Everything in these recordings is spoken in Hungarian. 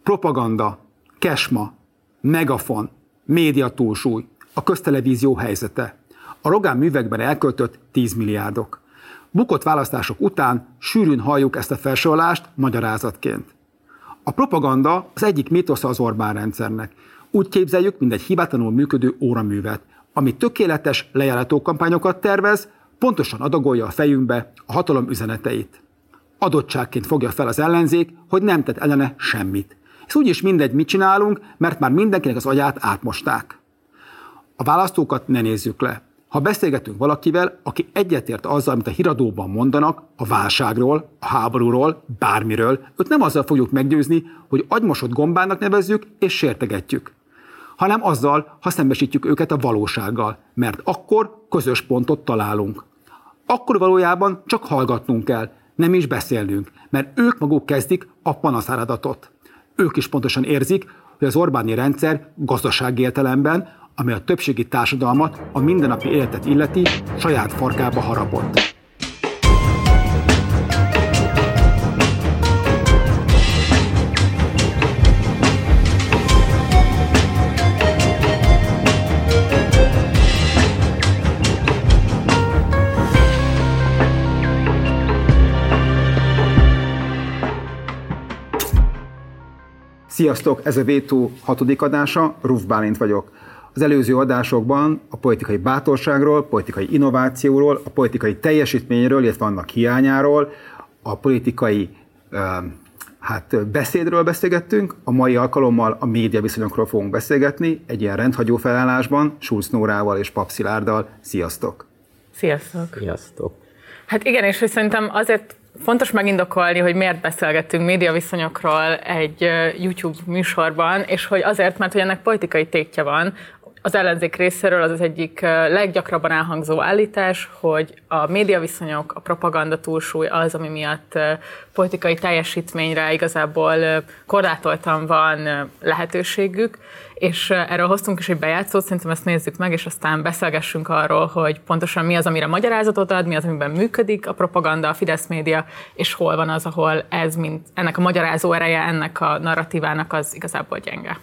Propaganda, kesma, megafon, médiatúlsúly, a köztelevízió helyzete. A Rogán művekben elköltött 10 milliárdok. Bukott választások után sűrűn halljuk ezt a felsorolást magyarázatként. A propaganda az egyik mítosza az Orbán rendszernek. Úgy képzeljük, mint egy hibátlanul működő óraművet, ami tökéletes lejárató kampányokat tervez, pontosan adagolja a fejünkbe a hatalom üzeneteit. Adottságként fogja fel az ellenzék, hogy nem tett ellene semmit. Ez úgyis mindegy, mit csinálunk, mert már mindenkinek az agyát átmosták. A választókat ne nézzük le. Ha beszélgetünk valakivel, aki egyetért azzal, amit a híradóban mondanak, a válságról, a háborúról, bármiről, őt nem azzal fogjuk meggyőzni, hogy agymosott gombának nevezzük és sértegetjük, hanem azzal, ha szembesítjük őket a valósággal, mert akkor közös pontot találunk. Akkor valójában csak hallgatnunk kell, nem is beszélnünk, mert ők maguk kezdik a panaszáradatot. Ők is pontosan érzik, hogy az Orbáni rendszer gazdasági értelemben, ami a többségi társadalmat, a mindennapi életet illeti, saját farkába harapott. Sziasztok, ez a Vétó 6. adása, Ruf Bálint vagyok. Az előző adásokban a politikai bátorságról, politikai innovációról, a politikai teljesítményről, illetve annak hiányáról, a politikai beszédről beszélgettünk, a mai alkalommal a médiaviszonyokról fogunk beszélgetni, egy ilyen rendhagyó felállásban, Schulz Nórával és Pap Szilárddal. Sziasztok! Sziasztok! Sziasztok! Hát igen, és hogy szerintem azért fontos megindokolni, hogy miért beszélgettünk médiaviszonyokról egy YouTube műsorban, és hogy azért, mert hogy ennek politikai tétje van. Az ellenzék részéről az egyik leggyakrabban elhangzó állítás, hogy a médiaviszonyok, a propaganda túlsúly az, ami miatt politikai teljesítményre igazából korlátoltan van lehetőségük, és erről hoztunk is egy bejátszót, szerintem ezt nézzük meg, és aztán beszélgessünk arról, hogy pontosan mi az, amire magyarázatot ad, mi az, amiben működik a propaganda, a Fidesz média, és hol van az, ahol ez, mint ennek a magyarázó ereje, ennek a narratívának az igazából gyenge.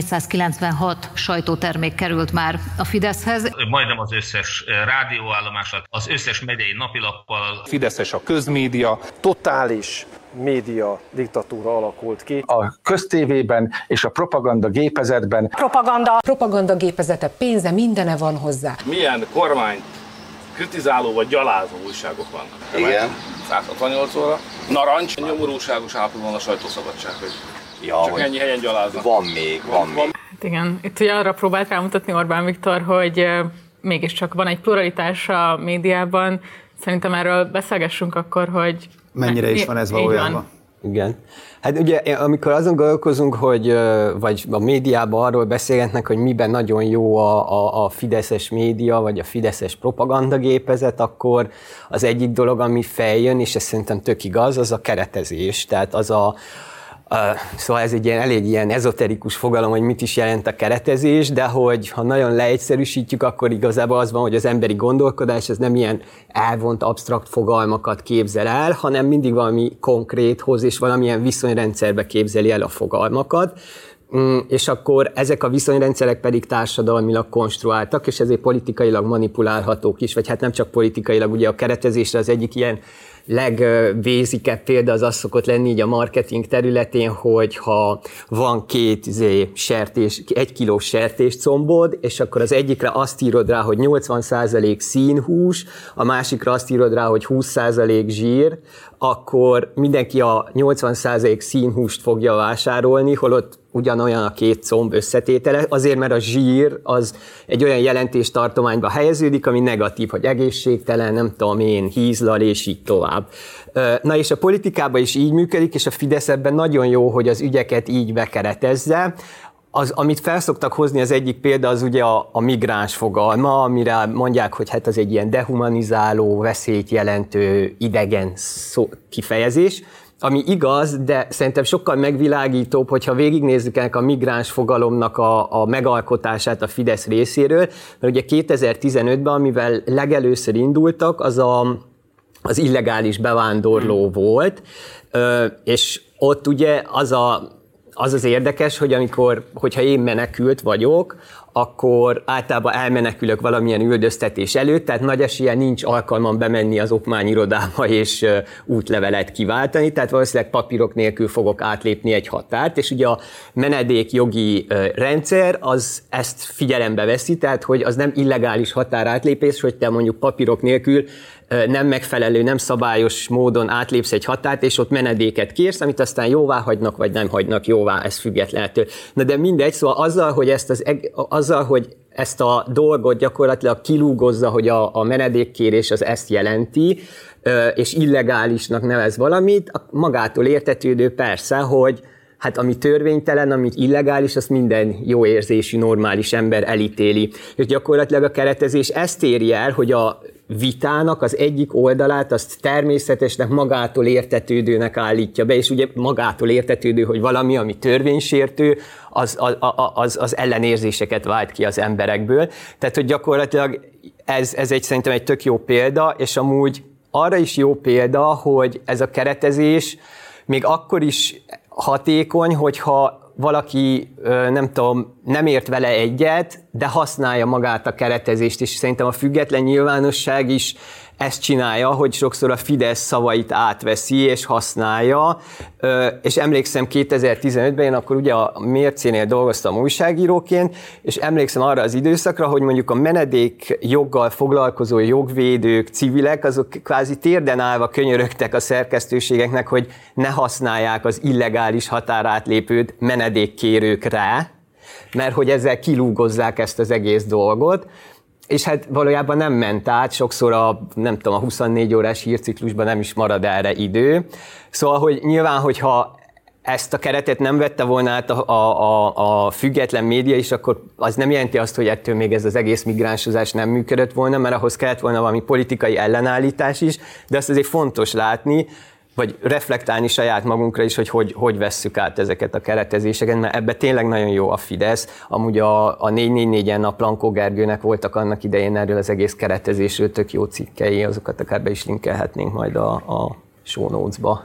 496 sajtótermék került már a Fideszhez. Majdnem az összes rádióállomással, az összes megyei napilappal. Fideszes a közmédia. Totális média diktatúra alakult ki. A köztévében és a propaganda gépezetben. Propaganda gépezete, pénze, mindene van hozzá. Milyen kormányt kritizáló vagy gyalázó újságok vannak? Igen. 168 óra. Narancs. Nyomorúságos állapotban van a sajtószabadság, hogy ja, csak ennyi helyen gyaláznak. Van még. Hát igen, itt ugye arra próbált rámutatni Orbán Viktor, hogy mégiscsak van egy pluralitás a médiában. Szerintem erről beszélgessünk akkor, hogy mennyire is van ez valójában. Igen. Hát ugye, amikor azon gondolkozunk, hogy vagy a médiában arról beszélgetnek, hogy miben nagyon jó a fideszes média, vagy a fideszes propagandagépezet, akkor az egyik dolog, ami feljön, és ez szerintem tök igaz, az a keretezés. Tehát az szóval ez egy elég ilyen ezoterikus fogalom, hogy mit is jelent a keretezés, de hogy ha nagyon leegyszerűsítjük, akkor igazából az van, hogy az emberi gondolkodás az nem ilyen elvont, absztrakt fogalmakat képzel el, hanem mindig valami konkréthoz és valamilyen viszonyrendszerbe képzeli el a fogalmakat, és akkor ezek a viszonyrendszerek pedig társadalmilag konstruáltak, és ezért politikailag manipulálhatók is, vagy hát nem csak politikailag, ugye a keretezésre az egyik ilyen legbasicebb példa az szokott lenni így a marketing területén, hogy ha van 2 1 kilós sertéscombod, és akkor az egyikre azt írod rá, hogy 80% színhús, a másikra azt írod rá, hogy 20% zsír, akkor mindenki a 80% színhúst fogja vásárolni, holott ugyanolyan a 2 comb összetétele, azért, mert a zsír az egy olyan jelentéstartományba helyeződik, ami negatív, hogy egészségtelen, nem tudom én, hízlal, és így tovább. Na és a politikában is így működik, és a Fidesz ebben nagyon jó, hogy az ügyeket így bekeretezze. Az, amit felszoktak hozni, az egyik példa az ugye a migráns fogalma, amire mondják, hogy hát az egy ilyen dehumanizáló, veszélyt jelentő idegen kifejezés, ami igaz, de szerintem sokkal megvilágítóbb, hogyha végignézzük ennek a migráns fogalomnak a megalkotását a Fidesz részéről, mert ugye 2015-ben, amivel legelőször indultak, az illegális bevándorló volt, és ott ugye az az érdekes, hogy hogyha én menekült vagyok, akkor általában elmenekülök valamilyen üldöztetés előtt, tehát nagy eséllyel nincs alkalmam bemenni az okmányirodába és útlevelet kiváltani, tehát valószínűleg papírok nélkül fogok átlépni egy határt, és ugye a menedékjogi rendszer az ezt figyelembe veszi, tehát hogy az nem illegális határátlépés, hogy te mondjuk papírok nélkül nem megfelelő, nem szabályos módon átlépsz egy határt, és ott menedéket kérsz, amit aztán jóvá hagynak, vagy nem hagynak jóvá, ez függetlenül. Na de mindegy, szóval azzal, hogy ezt a dolgot gyakorlatilag kilúgozza, hogy a menedékkérés az ezt jelenti, és illegálisnak nevez valamit, magától értetődő persze, hogy hát ami törvénytelen, amit illegális, azt minden jó érzésű, normális ember elítéli. És gyakorlatilag a keretezés ezt éri el, hogy a vitának az egyik oldalát azt természetesnek, magától értetődőnek állítja be, és ugye magától értetődő, hogy valami, ami törvénysértő, az ellenérzéseket vált ki az emberekből. Tehát, hogy gyakorlatilag ez szerintem egy tök jó példa, és amúgy arra is jó példa, hogy ez a keretezés még akkor is hatékony, hogyha valaki, nem tudom, nem ért vele egyet, de használja magát a keretezést, és szerintem a független nyilvánosság is ezt csinálja, hogy sokszor a Fidesz szavait átveszi és használja, és emlékszem 2015-ben, én akkor ugye a Mércénél dolgoztam újságíróként, és emlékszem arra az időszakra, hogy mondjuk a menedék joggal foglalkozó jogvédők, civilek, azok kvázi térden állva könyörögtek a szerkesztőségeknek, hogy ne használják az illegális határátlépőt menedékkérőkre, mert hogy ezzel kilúgozzák ezt az egész dolgot, és hát valójában nem ment át, sokszor a 24 órás hírciklusban nem is marad erre idő. Szóval, hogy nyilván, hogyha ezt a keretet nem vette volna át a független média is, akkor az nem jelenti azt, hogy ettől még ez az egész migránsozás nem működött volna, mert ahhoz kellett volna valami politikai ellenállítás is, de azt azért fontos látni, vagy reflektálni saját magunkra is, hogy vesszük át ezeket a keretezéseket, mert ebben tényleg nagyon jó a Fidesz. Amúgy a 444-en a Plankó Gergőnek voltak annak idején erről az egész keretezésről tök jó cikkei, azokat akár be is linkelhetnénk majd a show notes-ba.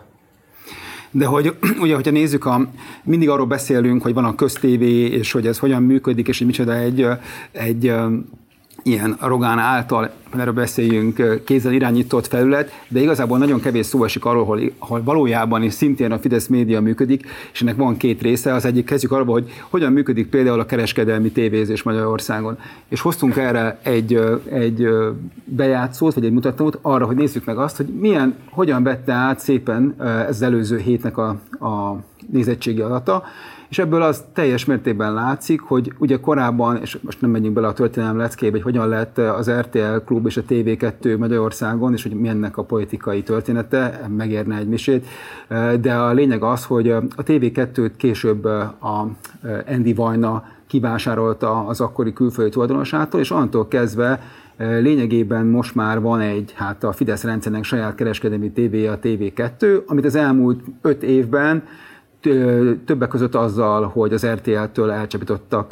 De hogy, ugye, hogyha nézzük, mindig arról beszélünk, hogy van a köztévé, és hogy ez hogyan működik, és hogy micsoda egy ilyen Rogán által, erről beszéljünk, kézzel irányított felület, de igazából nagyon kevés szó esik arról, ahol valójában is szintén a Fidesz média működik, és ennek van két része. Az egyik, kezdjük arról, hogy hogyan működik például a kereskedelmi tévézés Magyarországon. És hoztunk erre egy bejátszót, vagy egy mutatót arra, hogy nézzük meg azt, hogy hogyan vette át szépen ez az előző hétnek a nézettségi adata, és ebből az teljes mértékben látszik, hogy ugye korábban, és most nem megyünk bele a történelem leckébe, hogy hogyan lett az RTL Klub és a TV2 Magyarországon, és hogy mi ennek a politikai története, megérne egy misét, de a lényeg az, hogy a TV2-t később a Andy Vajna kivásárolta az akkori külföldi tulajdonosától, és annantól kezdve lényegében most már van a Fidesz rendszernek saját kereskedelmi tévéje, a TV2, amit az elmúlt 5 évben többek között azzal, hogy az RTL-től elcsapítottak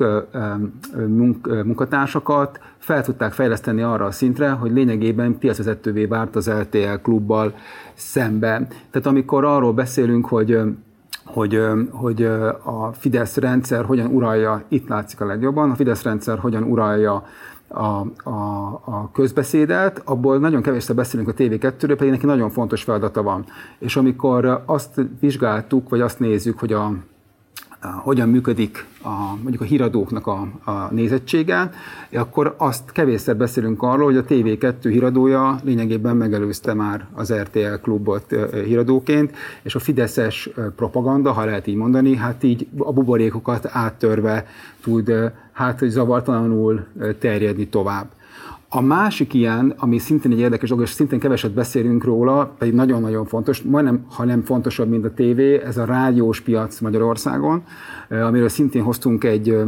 munkatársakat, fel tudták fejleszteni arra a szintre, hogy lényegében piacvezetővé vált az RTL Klubbal szemben. Tehát amikor arról beszélünk, hogy a Fidesz rendszer hogyan uralja, itt látszik a legjobban, a Fidesz rendszer hogyan uralja a közbeszédet, abból nagyon kevésszer beszélünk a TV2-ről, pedig neki nagyon fontos feladata van. És amikor azt vizsgáltuk, vagy azt nézzük, hogy hogyan működik mondjuk a híradóknak a nézettsége, akkor azt kevésszer beszélünk arról, hogy a TV2 híradója lényegében megelőzte már az RTL Klubot híradóként, és a fideszes propaganda, ha lehet így mondani, hát így a buborékokat áttörve tud hogy zavartalanul terjedni tovább. A másik ilyen, ami szintén egy érdekes dolog, és szintén keveset beszélünk róla, pedig nagyon-nagyon fontos, majdnem, ha nem fontosabb, mint a tévé, ez a rádiós piac Magyarországon, amiről szintén hoztunk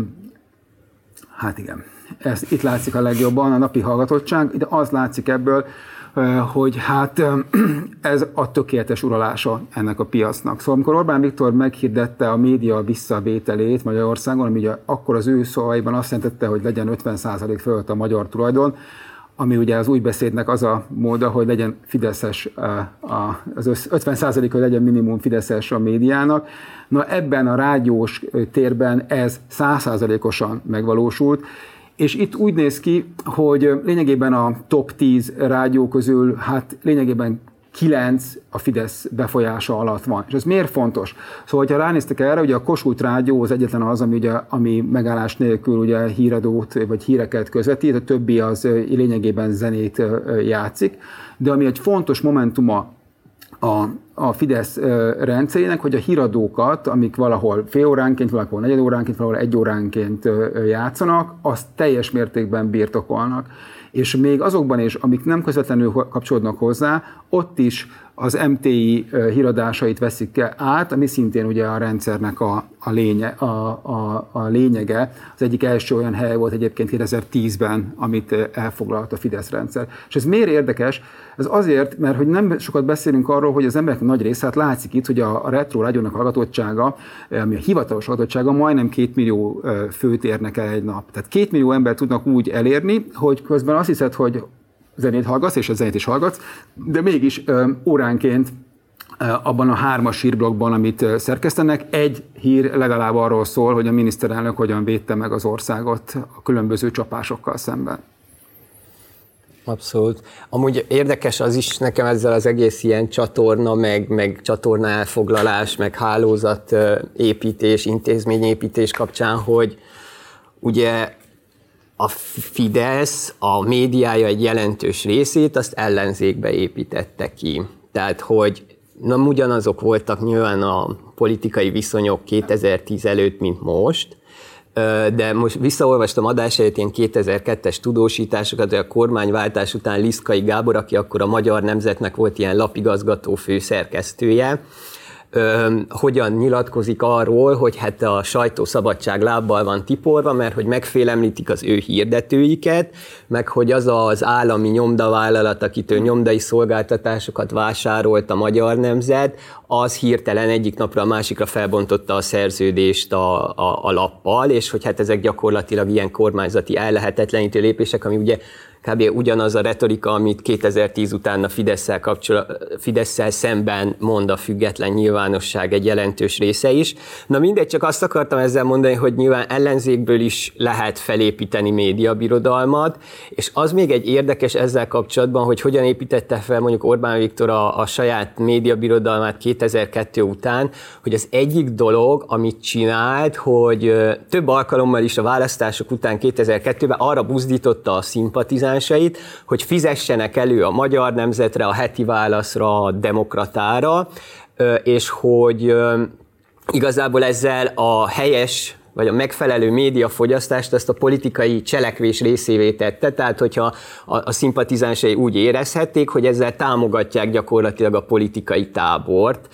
itt látszik a legjobban a napi hallgatottság, de az látszik ebből, hogy ez a tökéletes uralása ennek a piacnak. Szóval amikor Orbán Viktor meghirdette a média visszavételét Magyarországon, ami ugye akkor az ő szavaiban azt jelentette, hogy legyen 50% fölött a magyar tulajdon, ami ugye az új beszédnek az a móda, hogy legyen fideszes, az 50%, hogy legyen minimum fideszes a médiának. Na ebben a rádiós térben ez 100%-osan megvalósult, és itt úgy néz ki, hogy lényegében a top 10 rádió közül, hát lényegében 9 a Fidesz befolyása alatt van. És ez miért fontos? Szóval, ha ránéztek erre, ugye a Kossuth Rádió az egyetlen az, ami megállás nélkül ugye híradót vagy híreket közvetít, a többi az lényegében zenét játszik, de ami egy fontos momentuma a Fidesz rendszerének, hogy a híradókat, amik valahol fél óránként, valahol negyed óránként, valahol egy óránként játszanak, azt teljes mértékben birtokolnak. És még azokban is, amik nem közvetlenül kapcsolódnak hozzá, ott is az MTI híradásait veszik át, ami szintén ugye a rendszernek a lényege. Az egyik első olyan hely volt egyébként 2010-ben, amit elfoglalt a Fidesz rendszer. És ez miért érdekes? Ez azért, mert hogy nem sokat beszélünk arról, hogy az emberek nagy része, hát látszik itt, hogy a Retro Rádiónak a hallgatottsága, ami a hivatalos hallgatottsága, majdnem 2 millió főt érnek el egy nap. Tehát 2 millió ember tudnak úgy elérni, hogy közben azt hiszed, hogy zenét hallgatsz, és a zenét is hallgatsz, de mégis óránként abban a 3-as hírblokkban, amit szerkesztenek, egy hír legalább arról szól, hogy a miniszterelnök hogyan védte meg az országot a különböző csapásokkal szemben. Abszolút. Amúgy érdekes az is nekem ezzel az egész ilyen csatorna, meg csatorna elfoglalás, meg hálózatépítés, intézményépítés kapcsán, hogy ugye a Fidesz a médiája egy jelentős részét azt ellenzékbe építette ki. Tehát, hogy nem ugyanazok voltak nyilván a politikai viszonyok 2010 előtt, mint most, de most visszaolvastam adás előtt ilyen 2002-es tudósításokat, hogy a kormányváltás után Liszkai Gábor, aki akkor a Magyar Nemzetnek volt ilyen lapigazgató főszerkesztője, hogyan nyilatkozik arról, hogy hát a sajtószabadság lábbal van tiporva, mert hogy megfélemlítik az ő hirdetőiket, meg hogy az az állami nyomdavállalat, akitől nyomdai szolgáltatásokat vásárolt a Magyar Nemzet, az hirtelen egyik napra a másikra felbontotta a szerződést a lappal, és hogy hát ezek gyakorlatilag ilyen kormányzati ellehetetlenítő lépések, ami ugye kb. Ugyanaz a retorika, amit 2010 után a Fidesszel szemben mond a független nyilvánosság egy jelentős része is. Na mindegy, csak azt akartam ezzel mondani, hogy nyilván ellenzékből is lehet felépíteni médiabirodalmat, és az még egy érdekes ezzel kapcsolatban, hogy hogyan építette fel mondjuk Orbán Viktor a saját médiabirodalmát 2002 után, hogy az egyik dolog, amit csinált, hogy több alkalommal is a választások után 2002-ben arra buzdította a szimpatizánsokat, hogy fizessenek elő a Magyar Nemzetre, a Heti Válaszra, a Demokratára, és hogy igazából ezzel a helyes vagy a megfelelő médiafogyasztást ezt a politikai cselekvés részévé tette, tehát hogyha a szimpatizánsai úgy érezhették, hogy ezzel támogatják gyakorlatilag a politikai tábort,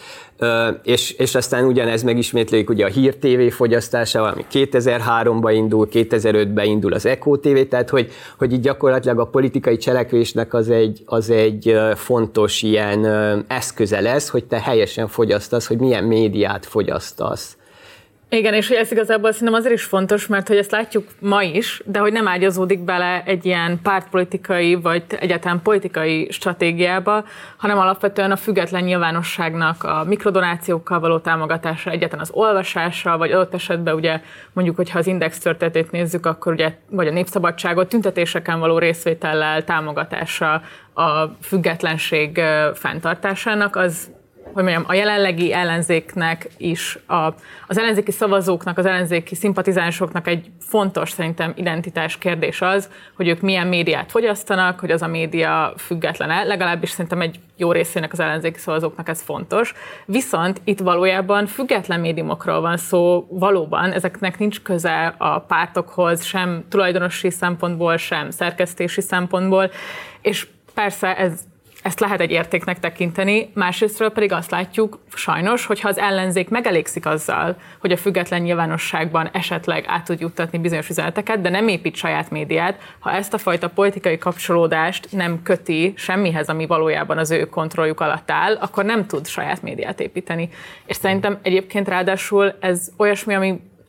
és aztán ugyanez megismétlik ugye a Hír TV fogyasztásával, ami 2003-ban indul, 2005-ben indul az Echo TV, tehát hogy így gyakorlatilag a politikai cselekvésnek az egy fontos ilyen eszköze lesz, hogy te helyesen fogyasztasz, hogy milyen médiát fogyasztasz. Igen, és hogy ez igazából szerintem azért is fontos, mert hogy ezt látjuk ma is, de hogy nem ágyazódik bele egy ilyen pártpolitikai vagy egyáltalán politikai stratégiába, hanem alapvetően a független nyilvánosságnak a mikrodonációkkal való támogatása, egyáltalán az olvasása, vagy adott esetben ugye mondjuk, hogyha az Index történetét nézzük, akkor ugye vagy a Népszabadságot tüntetéseken való részvétellel támogatása a függetlenség fenntartásának, az hogy mondjam, a jelenlegi ellenzéknek is, az ellenzéki szavazóknak, az ellenzéki szimpatizánsoknak egy fontos szerintem identitás kérdés az, hogy ők milyen médiát fogyasztanak, hogy az a média független-e, legalábbis szerintem egy jó részének az ellenzéki szavazóknak ez fontos. Viszont itt valójában független médiumokról van szó, valóban ezeknek nincs köze a pártokhoz, sem tulajdonosi szempontból, sem szerkesztési szempontból, és persze ezt lehet egy értéknek tekinteni, másrésztről pedig azt látjuk sajnos, hogyha az ellenzék megelégszik azzal, hogy a független nyilvánosságban esetleg át tud juttatni bizonyos üzeneteket, de nem épít saját médiát, ha ezt a fajta politikai kapcsolódást nem köti semmihez, ami valójában az ő kontrolljuk alatt áll, akkor nem tud saját médiát építeni. És szerintem egyébként ráadásul ez olyasmi, ami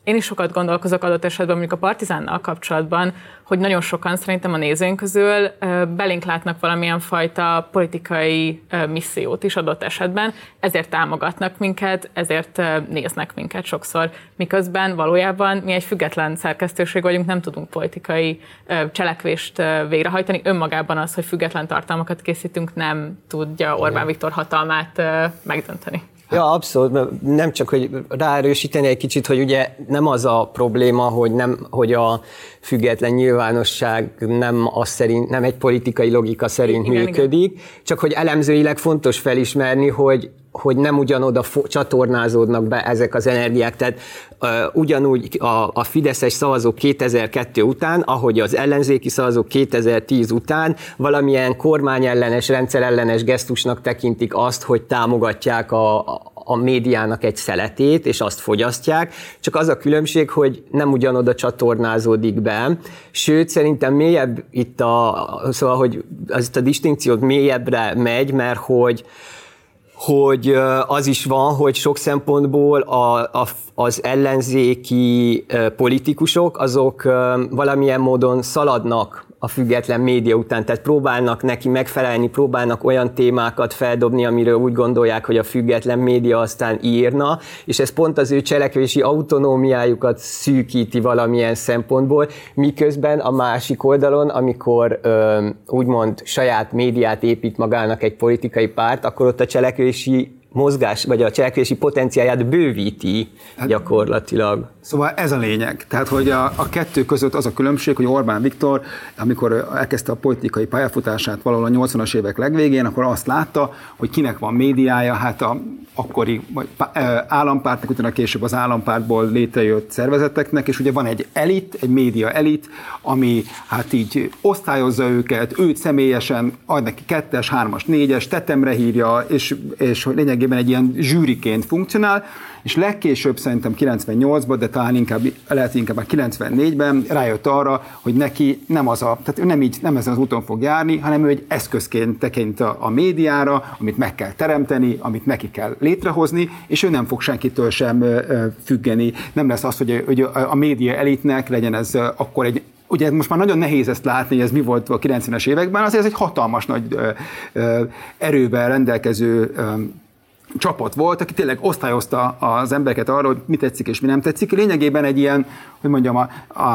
én is sokat gondolkozok adott esetben, mondjuk a Partizánnal kapcsolatban, hogy nagyon sokan szerintem a nézőink közül belénk látnak valamilyen fajta politikai missziót is adott esetben, ezért támogatnak minket, ezért néznek minket sokszor, miközben valójában mi egy független szerkesztőség vagyunk, nem tudunk politikai cselekvést végrehajtani. Önmagában az, hogy független tartalmakat készítünk, nem tudja Orbán Viktor hatalmát megdönteni. Ja, abszolút, nem csak, hogy ráerősíteni egy kicsit, hogy ugye nem az a probléma, hogy a független nyilvánosság nem egy politikai logika szerint működik, igen. Csak hogy elemzőileg fontos felismerni, hogy nem ugyanoda csatornázódnak be ezek az energiák. Tehát ugyanúgy a fideszes szavazók 2002 után, ahogy az ellenzéki szavazók 2010 után valamilyen kormányellenes, rendszerellenes gesztusnak tekintik azt, hogy támogatják a médiának egy szeletét, és azt fogyasztják, csak az a különbség, hogy nem ugyanoda csatornázódik be, sőt, szerintem mélyebb szóval, hogy a distinkciót mélyebbre megy, mert hogy az is van, hogy sok szempontból az ellenzéki politikusok, azok valamilyen módon szaladnak a független média után, tehát próbálnak neki megfelelni, próbálnak olyan témákat feldobni, amiről úgy gondolják, hogy a független média aztán írna, és ez pont az ő cselekvési autonómiájukat szűkíti valamilyen szempontból, miközben a másik oldalon, amikor úgymond saját médiát épít magának egy politikai párt, akkor ott a cselekvési mozgás, vagy a cselekvési potenciáját bővíti gyakorlatilag. Szóval ez a lényeg. Tehát, hogy a kettő között az a különbség, hogy Orbán Viktor, amikor elkezdte a politikai pályafutását valahol a 80-as évek legvégén, akkor azt látta, hogy kinek van médiája, hát a akkori állampártnak, utána később az állampártból létrejött szervezeteknek, és ugye van egy elit, egy média elit, ami hát így osztályozza őt személyesen, ad neki 2-es, 3-as, 4-es, tetemre hívja, és lényegében egy ilyen zsűriként funkcionál, és legkésőbb szerintem 98-ban, de talán lehet inkább már 94-ben rájött arra, hogy neki nem nem ezen az úton fog járni, hanem ő egy eszközként tekint a médiára, amit meg kell teremteni, amit neki kell létrehozni, és ő nem fog senkitől sem függeni. Nem lesz az, hogy a média elitnek legyen ez akkor egy. Ugye most már nagyon nehéz ezt látni, hogy ez mi volt a 90-es években, azért ez egy hatalmas nagy erővel rendelkező csapat volt, aki tényleg osztályozta az embereket arra, hogy mi tetszik és mi nem tetszik. Lényegében egy ilyen, hogy mondjam,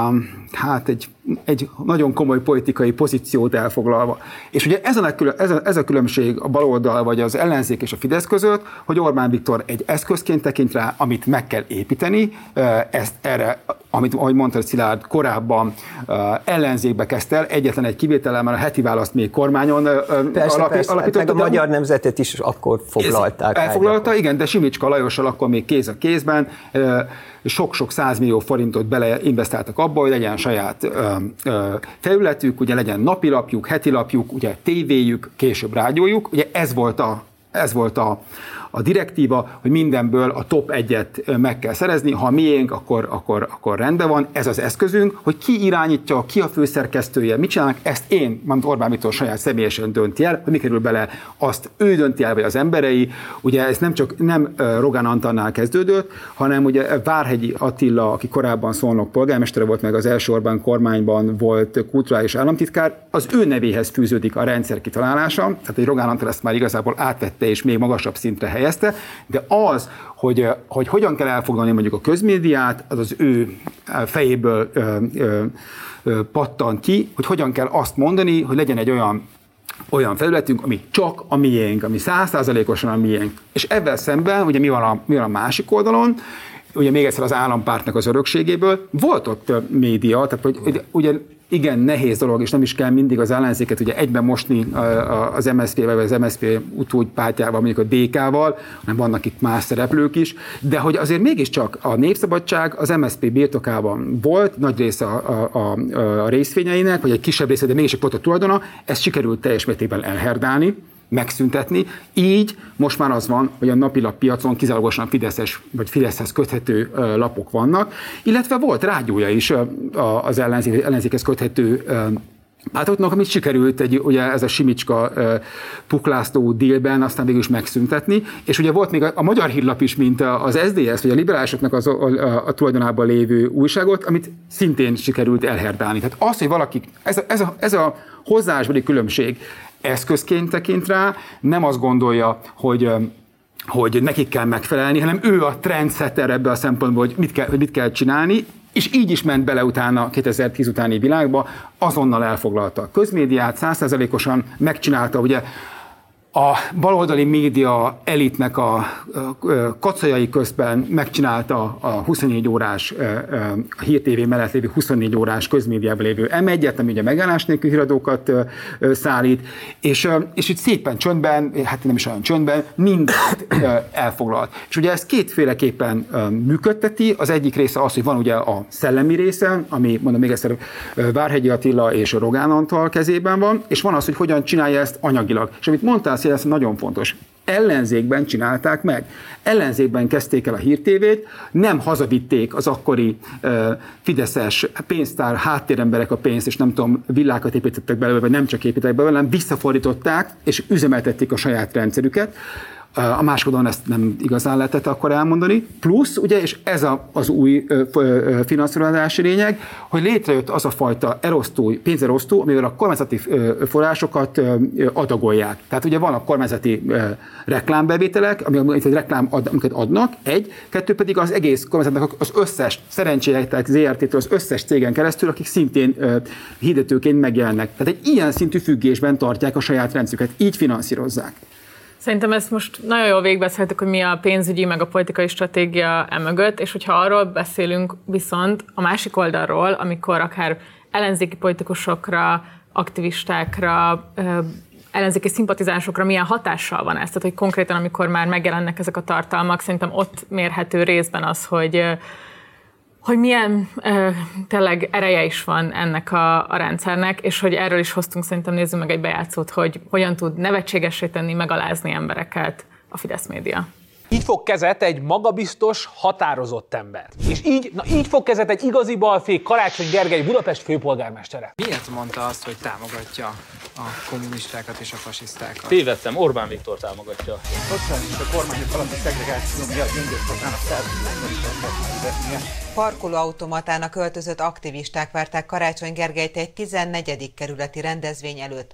egy nagyon komoly politikai pozíciót elfoglalva. És ugye ez a különbség a baloldal vagy az ellenzék és a Fidesz között, hogy Orbán Viktor egy eszközként tekint rá, amit meg kell építeni, ezt erre, amit, ahogy mondta Szilárd, korábban ellenzékbe kezdte el, egyetlen egy kivétellel, mert a Heti Választ még kormányon alapította. Meg a Magyar Nemzetet is akkor foglalták. Elfoglalta, igen, de Simicska Lajossal akkor még kéz a kézben, sok-sok 100 millió forintot beleinvestáltak abba, hogy legyen saját felületük, ugye legyen napilapjuk, hetilapjuk, ugye tévéjük, később rádiójuk, ugye ez volt a direktíva, hogy mindenből a top 1-et meg kell szerezni, ha miénk, akkor rendben van, ez az eszközünk, hogy ki irányítja, ki a főszerkesztője, mit csinálnak, ezt én, mint Orbán Viktor saját személyesen dönti el, hogy mi kerül bele, azt ő dönti el, vagy az emberei, ugye ez nem Rogán Antonnál kezdődött, hanem ugye Várhegyi Attila, aki korábban Szolnok polgármestere volt, meg az első Orbán kormányban volt kulturális államtitkár, az ő nevéhez fűződik a rendszer kitalálása, tehát hogy Rogán Antal ezt már igazából átvette, és még magasabb szintre helyezte, de az, hogy hogyan kell elfoglalni mondjuk a közmédiát, az ő fejéből pattan ki, hogy hogyan kell azt mondani, hogy legyen egy olyan felületünk, ami csak a miénk, ami 100%-osan a miénk. És ebben szemben, ugye mi van a másik oldalon, ugye még egyszer az állampártnak az örökségéből, volt ott média, tehát ugye igen, nehéz dolog, és nem is kell mindig az ellenzéket ugye egyben mosni az MSZP-vel, vagy az MSZP utódpártjával, mondjuk a DK-val, hanem vannak itt más szereplők is, de hogy azért mégiscsak a Népszabadság az MSZP birtokában volt, nagy része a részvényeinek, vagy egy kisebb része, de mégis volt a tulajdona, ezt sikerült teljes mértékben elherdálni, megszüntetni. Így most már az van, hogy a napilap piacon kizárólagosan Fideszes vagy Fideszhez köthető lapok vannak, illetve volt rádiója is az ellenzékhez köthető pártoknak, amit sikerült ugye ez a Simicska Puklászló dílben aztán végül is megszüntetni, és ugye volt még a Magyar Hírlap is, mint az SZDSZ, vagy a liberálisoknak a tulajdonában lévő újságot, amit szintén sikerült elherdálni. Tehát az, hogy valaki, ez a hozzáállásbeli különbség eszközként tekint rá, nem azt gondolja, hogy nekik kell megfelelni, hanem ő a trendsetter ebbe a szempontból, hogy mit kell csinálni, és így is ment bele utána 2010 utáni világba, azonnal elfoglalta a közmédiát, 100%-osan megcsinálta, ugye a baloldali média elitnek a kacajai közben megcsinálta a 24 órás, a Hír TV mellett lévő 24 órás közmédiában lévő M1-et, ami ugye megállás nélkül híradókat szállít, és itt szépen csöndben, hát nem is olyan csöndben, mindent elfoglalt. És ugye ezt kétféleképpen működteti, az egyik része az, hogy van ugye a szellemi része, ami mondom még egyszer Várhegyi Attila és Rogán Antal kezében van, és van az, hogy hogyan csinálja ezt anyagilag. És amit mondtál, ez nagyon fontos. Ellenzékben csinálták meg. Ellenzékben kezdték el a Hír TV-t, nem hazavitték az akkori fideszes pénztár háttéremberek a pénzt, és nem tudom, villákat építettek belőle, vagy nem csak építettek belőle, hanem visszafordították, és üzemeltették a saját rendszerüket. A másikodon ezt nem igazán lehetett akkor elmondani. Plusz, ugye, és ez az új finanszírozási lényeg, hogy létrejött az a fajta pénzerosztó, amivel a kormányzati forrásokat adagolják. Tehát ugye van a kormányzati reklámbevételek, amiket adnak, kettő pedig az egész kormányzatnak az összes szerencséjétek ZRT-től az összes cégen keresztül, akik szintén hirdetőként megjelennek. Tehát egy ilyen szintű függésben tartják a saját rendszerüket, így finanszírozzák. Szerintem ezt most nagyon jól végigbeszéltük, hogy mi a pénzügyi, meg a politikai stratégia emögött, és hogyha arról beszélünk viszont a másik oldalról, amikor akár ellenzéki politikusokra, aktivistákra, ellenzéki szimpatizánsokra milyen hatással van ez. Tehát, hogy konkrétan, amikor már megjelennek ezek a tartalmak, szerintem ott mérhető részben az, hogy milyen tényleg ereje is van ennek a rendszernek, és hogy erről is hoztunk, szerintem nézzünk meg egy bejátszót, hogy hogyan tud nevetségessé tenni, megalázni embereket a Fidesz média. Így fog kezet egy magabiztos, határozott ember. És így fog kezet egy igazi balfék Karácsony Gergely Budapest főpolgármestere. Miért mondta azt, hogy támogatja a kommunistákat és a fasisztákat? Tévedtem, Orbán Viktor támogatja. Szociális a kormányok alatti szegregáció miatt gyöngyösformának Parkolóautomatának öltözött aktivisták várták Karácsony Gergelyt egy 14. kerületi rendezvény előtt.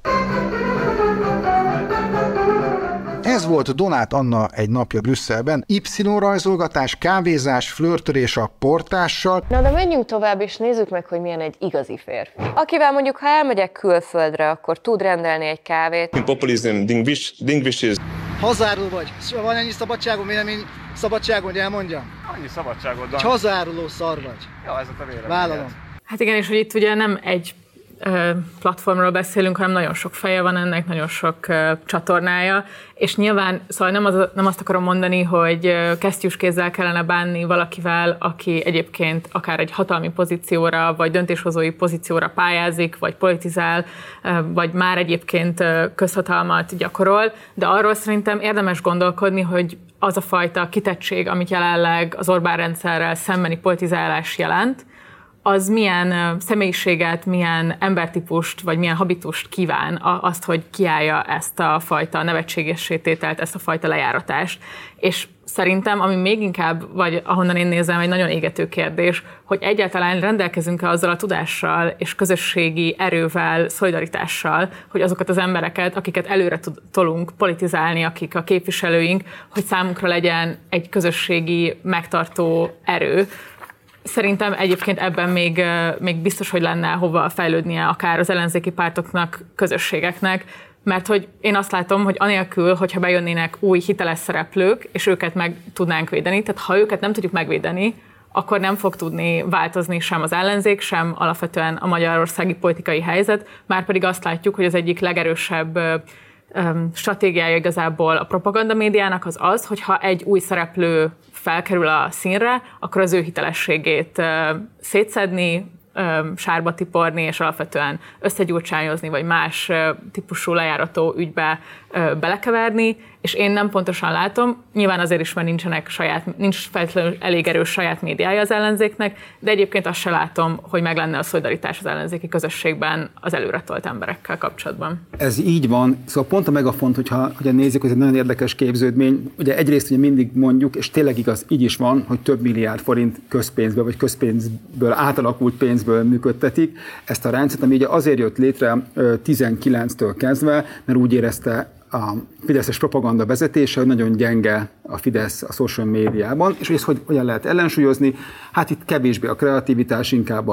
Ez volt Donát Anna egy napja Brüsszelben. Y-rajzolgatás, kávézás, flörtölés a portással. Na de menjünk tovább, és nézzük meg, hogy milyen egy igazi férfi. Akivel mondjuk, ha elmegyek külföldre, akkor tud rendelni egy kávét. Populism distinguishes. Hazárul vagy. Van ennyi szabadságom, vélemény szabadságon, hogy elmondjam? Annyi szabadságod van. Hazáruló szar vagy. Ja, ez a véleményed. Vállalom. Hát igen, és hogy itt ugye nem egy platformról beszélünk, hanem nagyon sok feje van ennek, nagyon sok csatornája, és nyilván szóval nem azt akarom mondani, hogy kesztyűskézzel kellene bánni valakivel, aki egyébként akár egy hatalmi pozícióra, vagy döntéshozói pozícióra pályázik, vagy politizál, vagy már egyébként közhatalmat gyakorol, de arról szerintem érdemes gondolkodni, hogy az a fajta kitettség, amit jelenleg az Orbán rendszerrel szembeni politizálás jelent, az milyen személyiséget, milyen embertípust, vagy milyen habitust kíván azt, hogy kiállja ezt a fajta nevetségessé tételt, ezt a fajta lejáratást. És szerintem, ami még inkább, vagy ahonnan én nézem, egy nagyon égető kérdés, hogy egyáltalán rendelkezünk-e azzal a tudással és közösségi erővel, szolidaritással, hogy azokat az embereket, akiket előre tolunk politizálni, akik a képviselőink, hogy számunkra legyen egy közösségi megtartó erő. Szerintem egyébként ebben még biztos, hogy lenne hova fejlődnie akár az ellenzéki pártoknak, közösségeknek, mert hogy én azt látom, hogy anélkül, hogyha bejönnének új hiteles szereplők, és őket meg tudnánk védeni, tehát ha őket nem tudjuk megvédeni, akkor nem fog tudni változni sem az ellenzék, sem alapvetően a magyarországi politikai helyzet, márpedig azt látjuk, hogy az egyik legerősebb stratégiája igazából a propagandamédiának az, hogyha egy új szereplő felkerül a színre, akkor az ő hitelességét szétszedni, sárba tiporni, és alapvetően összegyurcsányozni, vagy más típusú lejárató ügybe belekeverni, és én nem pontosan látom, nyilván azért is, mert nincs feltétlenül elég erős saját médiája az ellenzéknek, de egyébként azt se látom, hogy meg lenne a szolidaritás az ellenzéki közösségben az előretolt emberekkel kapcsolatban. Ez így van, szóval pont a Megafont, hogyha nézzük, hogy ez egy nagyon érdekes képződmény, ugye egyrészt ugye mindig mondjuk, és tényleg igaz, így is van, hogy több milliárd forint közpénzből, vagy közpénzből, átalakult pénzből működtetik ezt a rendszert, ami ugye azért jött létre 19-től kezdve, mert úgy érezte a fideszes propaganda vezetése, hogy nagyon gyenge a Fidesz a social médiában, és hogy hogyan lehet ellensúlyozni, hát itt kevésbé a kreativitás, inkább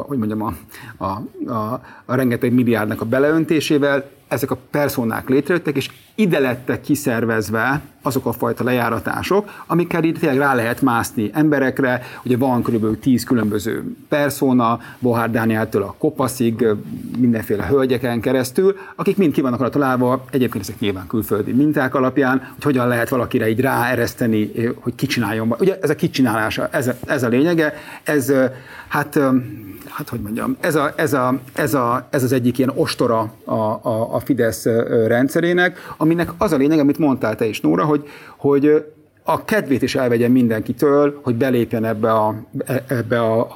a rengeteg milliárdnak a beleöntésével, ezek a personák létrejöttek, és ide lettek kiszervezve azok a fajta lejáratások, amikkel itt tényleg rá lehet mászni emberekre. Ugye van kb. 10 különböző persona, Bohár Dánieltől a Kopaszig, mindenféle hölgyeken keresztül, akik mind ki vannak arra találva, egyébként ezek nyilván külföldi minták alapján, hogy hogyan lehet valakire így ráereszteni, hogy kicsináljon. Ugye ez a kicsinálása, ez a lényege, ez hogy mondjam, ez az egyik ilyen ostora a Fidesz rendszerének, aminek az a lényeg, amit mondtál te is, Nóra, hogy a kedvét is elvegyen mindenkitől, hogy belépjen ebbe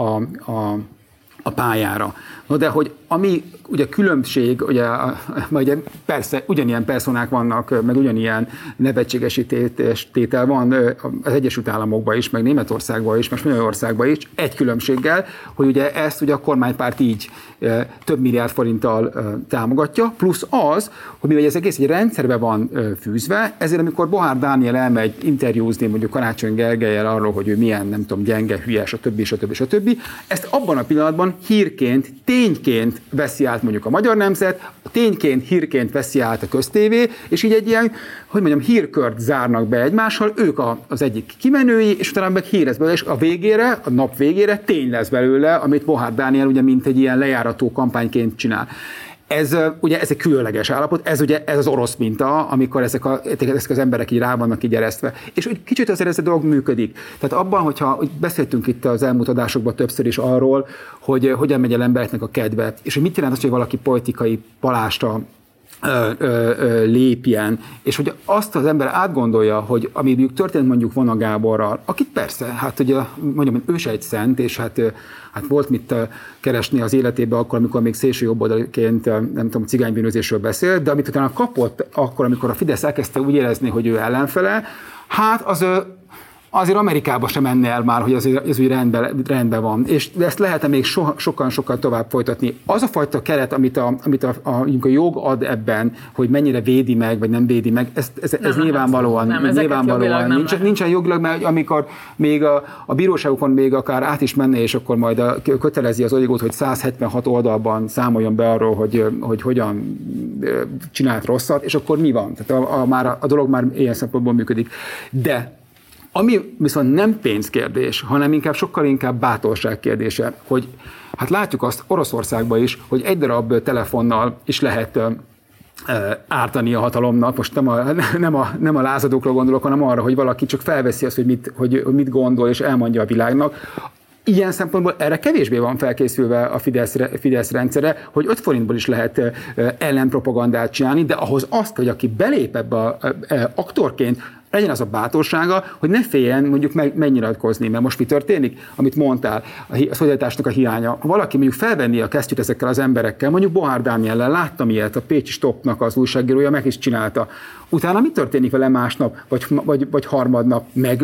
a pályára. No, de hogy ami ugye különbség, ugye persze ugyanilyen personák vannak, meg ugyanilyen nevetségesítétel van az Egyesült Államokban is, meg Németországban is, meg Magyarországban is, egy különbséggel, hogy ugye ezt ugye a kormánypárt így több milliárd forinttal támogatja, plusz az, hogy mivel ez egész egy rendszerbe van fűzve, ezért amikor Bohár Dániel elmegy interjúzni mondjuk Karácsony Gergellyel arról, hogy ő milyen, nem tudom, gyenge, hülye, stb. Ezt abban a pillanatban hírként, tényként veszi át mondjuk a Magyar Nemzet, tényként, hírként veszi át a köztévé, és így egy ilyen, hogy mondjam, hírkört zárnak be egymással, ők az egyik kimenői, és utána meg hírez belőle, és a nap végére tény lesz belőle, amit Bohár Dániel ugye mint egy ilyen lejárató kampányként csinál. Ez ugye ez egy különleges állapot, ez az orosz minta, amikor ezek az emberek így rá vannak így eresztve. És úgy kicsit azért ez a dolog működik. Tehát abban, hogyha beszéltünk itt az elmúlt adásokban többször is arról, hogy hogyan megy el embereknek a kedve, és hogy mit jelent az, hogy valaki politikai palástra lépjen, és hogy azt az ember átgondolja, hogy ami történt mondjuk Vona Gáborral, akit persze, hát ugye mondjam, ő se egy szent, és hát volt mit keresni az életében akkor, amikor még szélső jobboldaliként, nem tudom, cigánybűnözésről beszélt, de amit utána kapott akkor, amikor a Fidesz elkezdte úgy érezni, hogy ő ellenfele, hát azért Amerikába sem menne el már, hogy ez úgy rendben van. És ezt lehetne még sokkal tovább folytatni. Az a fajta keret, amit a jog ad ebben, hogy mennyire védi meg, vagy nem védi meg, ez nyilvánvalóan nincsen jogilag, mert amikor még a bíróságokon még akár át is menne, és akkor majd kötelezi az olygót, hogy 176 oldalban számoljon be arról, hogy hogyan csinált rosszat, és akkor mi van? Tehát a dolog már ilyen szempontból működik. De ami viszont nem pénzkérdés, hanem sokkal inkább bátorság kérdése, hogy hát látjuk azt Oroszországban is, hogy egy darab telefonnal is lehet ártani a hatalomnak. Most nem a lázadókra gondolok, hanem arra, hogy valaki csak felveszi azt, hogy mit gondol, és elmondja a világnak. Ilyen szempontból erre kevésbé van felkészülve a Fidesz rendszere, hogy 5 forintból is lehet ellenpropagandát csinálni, de ahhoz azt, hogy aki belép ebbe aktorként, legyen az a bátorsága, hogy ne féljen mondjuk megnyilatkozni, mert most mi történik, amit mondtál, a szolidaritásnak a hiánya. Ha valaki mondjuk felvenni a kesztyűt ezekkel az emberekkel, mondjuk Bohár Dániellel, láttam ilyet, a Pécsi Stopnak az újságírója meg is csinálta. Utána mi történik vele másnap, vagy harmadnap?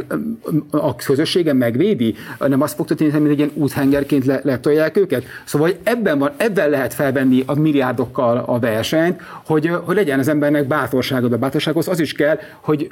A közössége megvédi? Nem azt fog történni, hogy egy ilyen úthengerként letolják őket? Szóval ebben lehet felvenni a milliárdokkal a versenyt, hogy legyen az embernek bátorsága, de bátorsághoz az is kell,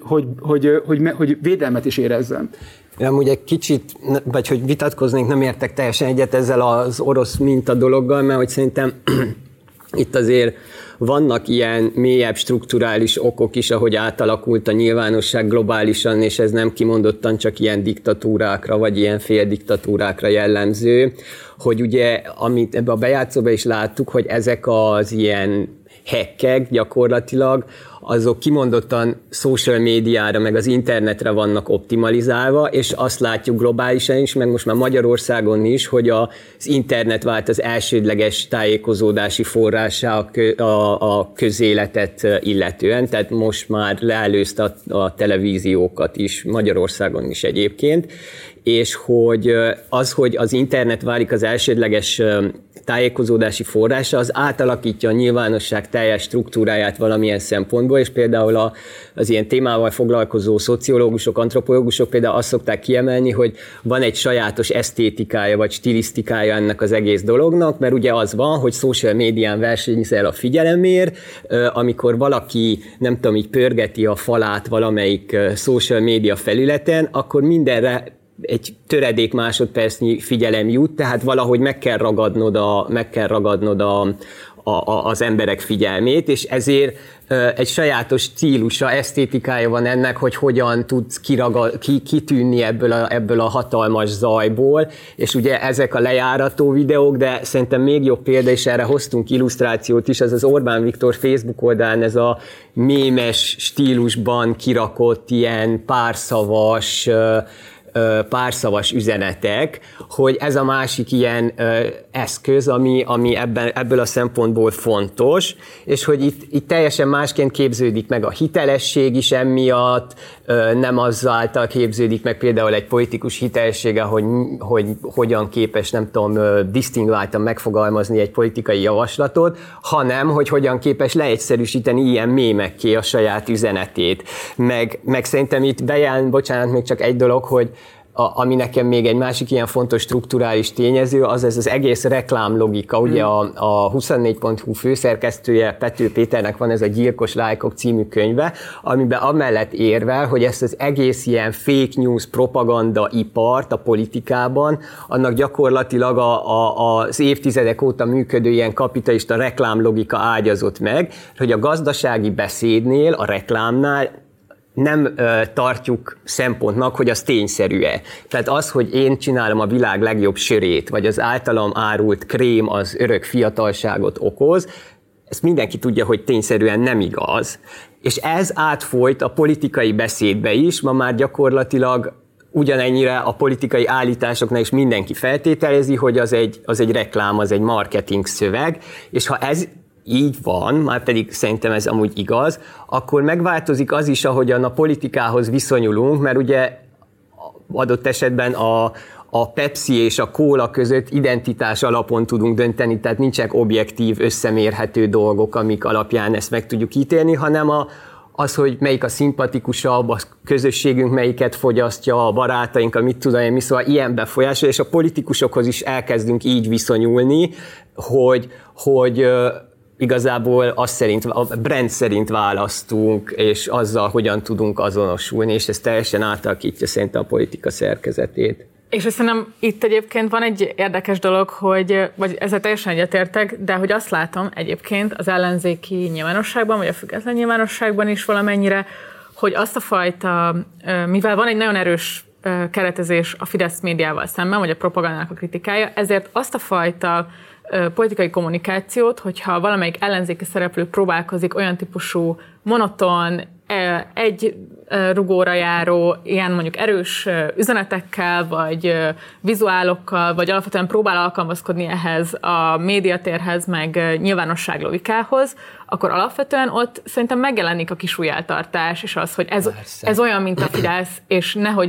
hogy védelmet is érezzen. Én amúgy egy kicsit, vagy hogy vitatkoznék, nem értek teljesen egyet ezzel az orosz minta dologgal, mert hogy szerintem itt azért vannak ilyen mélyebb strukturális okok is, ahogy átalakult a nyilvánosság globálisan, és ez nem kimondottan csak ilyen diktatúrákra, vagy ilyen féldiktatúrákra jellemző, hogy ugye, amit ebbe a bejátszóba is láttuk, hogy ezek az ilyen hackek gyakorlatilag, azok kimondottan social médiára, meg az internetre vannak optimalizálva, és azt látjuk globálisan is, meg most már Magyarországon is, hogy az internet vált az elsődleges tájékozódási forrásá a közéletet illetően, tehát most már leelőzte a televíziókat is, Magyarországon is egyébként, és hogy az internet válik az elsődleges tájékozódási forrása, az átalakítja a nyilvánosság teljes struktúráját valamilyen szempontból, és például az ilyen témával foglalkozó szociológusok, antropológusok például azt szokták kiemelni, hogy van egy sajátos esztétikája vagy stilisztikája ennek az egész dolognak, mert ugye az van, hogy social médián versenyzel a figyelemért, amikor valaki, nem tudom, így pörgeti a falát valamelyik social média felületen, akkor mindenre egy töredék másodpercnyi figyelem jut, tehát valahogy meg kell ragadnod az emberek figyelmét, és ezért egy sajátos stílusa, esztétikája van ennek, hogy hogyan tudsz kitűnni ebből a hatalmas zajból, és ugye ezek a lejárató videók, de szerintem még jobb példa, és erre hoztunk illusztrációt is, az Orbán Viktor Facebook oldalán ez a mémes stílusban kirakott ilyen párszavas üzenetek, hogy ez a másik ilyen eszköz, ami ebből a szempontból fontos, és hogy itt teljesen másként képződik meg a hitelesség is emiatt, nem azáltal képződik meg például egy politikus hitelessége, hogy hogyan képes, nem tudom, disztingváltan megfogalmazni egy politikai javaslatot, hanem hogy hogyan képes leegyszerűsíteni ilyen mémekké a saját üzenetét. Meg szerintem itt bocsánat, még csak egy dolog, hogy ami nekem még egy másik ilyen fontos strukturális tényező, az ez az egész reklámlogika. Ugye a 24.hu főszerkesztője, Pető Péternek van ez a Gyilkos lájkok című könyve, amiben amellett érvel, hogy ezt az egész ilyen fake news propaganda ipart a politikában, annak gyakorlatilag az évtizedek óta működő ilyen kapitalista reklámlogika ágyazott meg, hogy a gazdasági beszédnél, a reklámnál nem tartjuk szempontnak, hogy az tényszerű-e. Tehát az, hogy én csinálom a világ legjobb sörét, vagy az általam árult krém az örök fiatalságot okoz, ezt mindenki tudja, hogy tényszerűen nem igaz. És ez átfolyt a politikai beszédbe is, ma már gyakorlatilag ugyanennyire a politikai állításoknál is mindenki feltételezi, hogy az egy reklám, az egy marketing szöveg, és ha ez így van, már pedig szerintem ez amúgy igaz, akkor megváltozik az is, ahogyan a politikához viszonyulunk, mert ugye adott esetben a Pepsi és a Cola között identitás alapon tudunk dönteni, tehát nincsenek objektív, összemérhető dolgok, amik alapján ezt meg tudjuk ítélni, hanem az, hogy melyik a szimpatikusabb, a közösségünk melyiket fogyasztja, a barátaink, a mit tudom én, mi, szóval ilyen befolyásol, és a politikusokhoz is elkezdünk így viszonyulni, hogy igazából a brand szerint választunk, és azzal hogyan tudunk azonosulni, és ez teljesen átalakítja szerintem a politika szerkezetét. És szerintem itt egyébként van egy érdekes dolog, vagy ezzel teljesen egyetértek, de hogy azt látom egyébként az ellenzéki nyilvánosságban, vagy a független nyilvánosságban is valamennyire, hogy azt a fajta, mivel van egy nagyon erős keretezés a Fidesz médiával szemben, vagy a propagandának a kritikája, ezért azt a fajta politikai kommunikációt, hogyha valamelyik ellenzéki szereplő próbálkozik olyan típusú monoton, egy rugóra járó, ilyen mondjuk erős üzenetekkel, vagy vizuálokkal, vagy alapvetően próbál alkalmazkodni ehhez a médiatérhez, meg nyilvánosság logikához, akkor alapvetően ott szerintem megjelenik a kisújjeltartás, és az, hogy ez olyan, mint a Fidesz, és nehogy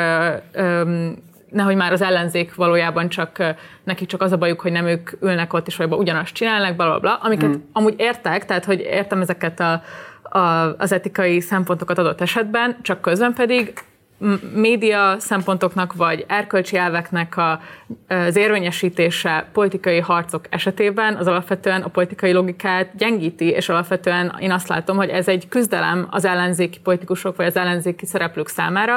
már az ellenzék valójában nekik csak az a bajuk, hogy nem ők ülnek ott, és valójában ugyanazt csinálnak, blablabla, amiket amúgy értek, tehát hogy értem ezeket az etikai szempontokat adott esetben, csak közben pedig média szempontoknak vagy erkölcsi elveknek az érvényesítése politikai harcok esetében az alapvetően a politikai logikát gyengíti, és alapvetően én azt látom, hogy ez egy küzdelem az ellenzéki politikusok vagy az ellenzéki szereplők számára,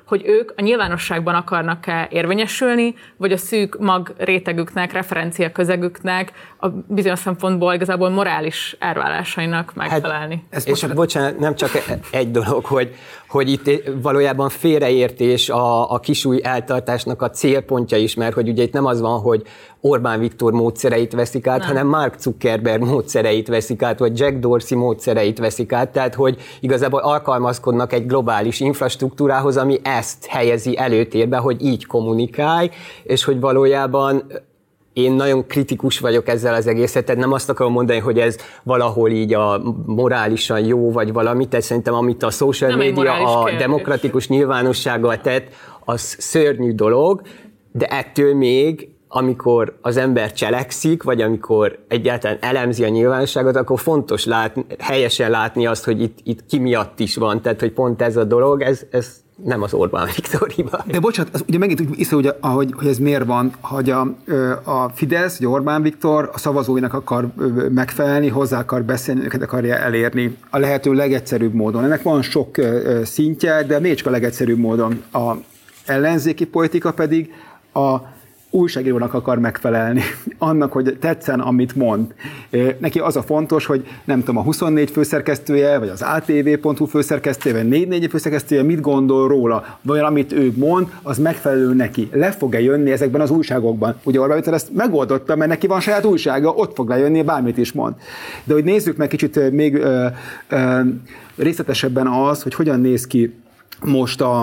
hogy ők a nyilvánosságban akarnak-e érvényesülni, vagy a szűk mag rétegüknek, referencia közegüknek a bizonyos szempontból igazából morális elvárásainak megfelelni. És bocsánat, nem csak egy dolog, hogy itt valójában félreértés a kisúly eltartásnak a célpontja is, mert hogy ugye itt nem az van, hogy Orbán Viktor módszereit veszik át, hanem Mark Zuckerberg módszereit veszik át, vagy Jack Dorsey módszereit veszik át, tehát hogy igazából alkalmazkodnak egy globális infrastruktúrához, ami ezt helyezi előtérbe, hogy így kommunikálj, és hogy valójában én nagyon kritikus vagyok ezzel az egészet, tehát nem azt akarom mondani, hogy ez valahol így a morálisan jó, vagy valami, tehát szerintem amit a social media a demokratikus nyilvánossággal tett, az szörnyű dolog, de ettől még amikor az ember cselekszik, vagy amikor egyáltalán elemzi a nyilvánosságot, akkor fontos helyesen látni azt, hogy itt ki miatt is van, tehát hogy pont ez a dolog, ez nem az Orbán Viktor hiba. De bocsánat, az ugye megint úgy hiszem, hogy ez miért van, hogy a Fidesz, hogy Orbán Viktor a szavazóinak akar megfelelni, hozzá akar beszélni, őket akarja elérni a lehető legegyszerűbb módon. Ennek van sok szintje, de még csak a legegyszerűbb módon. A ellenzéki politika pedig a újságírónak akar megfelelni, annak, hogy tetszen, amit mond. Neki az a fontos, hogy nem tudom, a 24 főszerkesztője, vagy az ATV.hu főszerkesztője, vagy 444 főszerkesztője mit gondol róla, vagy amit ő mond, az megfelelő neki. Le fog-e jönni ezekben az újságokban? Ugye Orbán Viktor ezt megoldotta, mert neki van saját újsága, ott fog lejönni, bármit is mond. De hogy nézzük meg kicsit még részletesebben az, hogy hogyan néz ki most a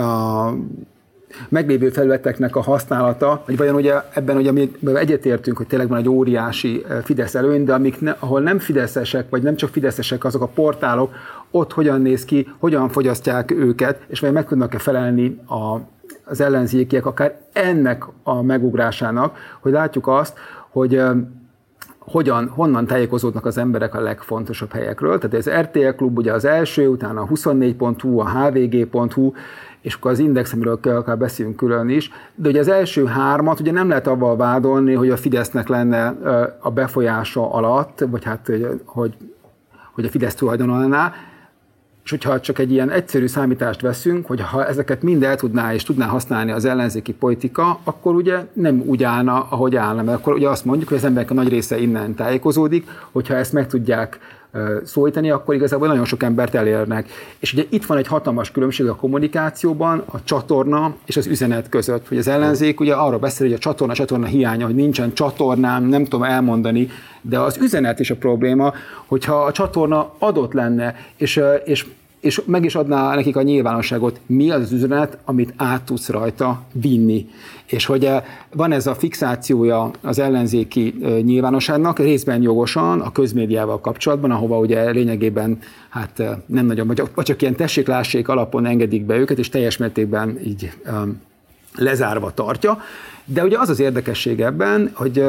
meglévő felületeknek a használata, vagy vajon ugye ebben ugye mi egyetértünk, hogy tényleg van egy óriási Fidesz előny, de ahol nem fideszesek, vagy nem csak fideszesek azok a portálok, ott hogyan néz ki, hogyan fogyasztják őket, és vajon meg tudnak-e felelni az ellenzékiek akár ennek a megugrásának, hogy látjuk azt, hogy honnan tájékozódnak az emberek a legfontosabb helyekről. Tehát ez RTL Klub ugye az első, utána a 24.hu, a hvg.hu, és akkor az Index, amiről akár beszélünk külön is, de ugye az első hármat ugye nem lehet avval vádolni, hogy a Fidesznek lenne a befolyása alatt, vagy hát, hogy a Fidesz tulajdonolná, és hogyha csak egy ilyen egyszerű számítást veszünk, hogy ha ezeket mind el tudná és tudná használni az ellenzéki politika, akkor ugye nem úgy állna, ahogy állna, mert akkor ugye azt mondjuk, hogy az emberek a nagy része innen tájékozódik, hogyha ezt meg tudják szólítani, akkor igazából nagyon sok embert elérnek. És ugye itt van egy hatalmas különbség a kommunikációban, a csatorna és az üzenet között, hogy az ellenzék ugye arra beszél, hogy a csatorna hiánya, hogy nincsen csatornám, nem tudom elmondani, de az üzenet is a probléma, hogyha a csatorna adott lenne, és meg is adná nekik a nyilvánosságot, mi az üzenet, amit át tudsz rajta vinni. És hogy van ez a fixációja az ellenzéki nyilvánosságnak, részben jogosan a közmédiával kapcsolatban, ahova ugye lényegében hát nem nagyon, vagy csak ilyen tessék-lássék alapon engedik be őket, és teljes mértékben így lezárva tartja. De ugye az az érdekesség ebben, hogy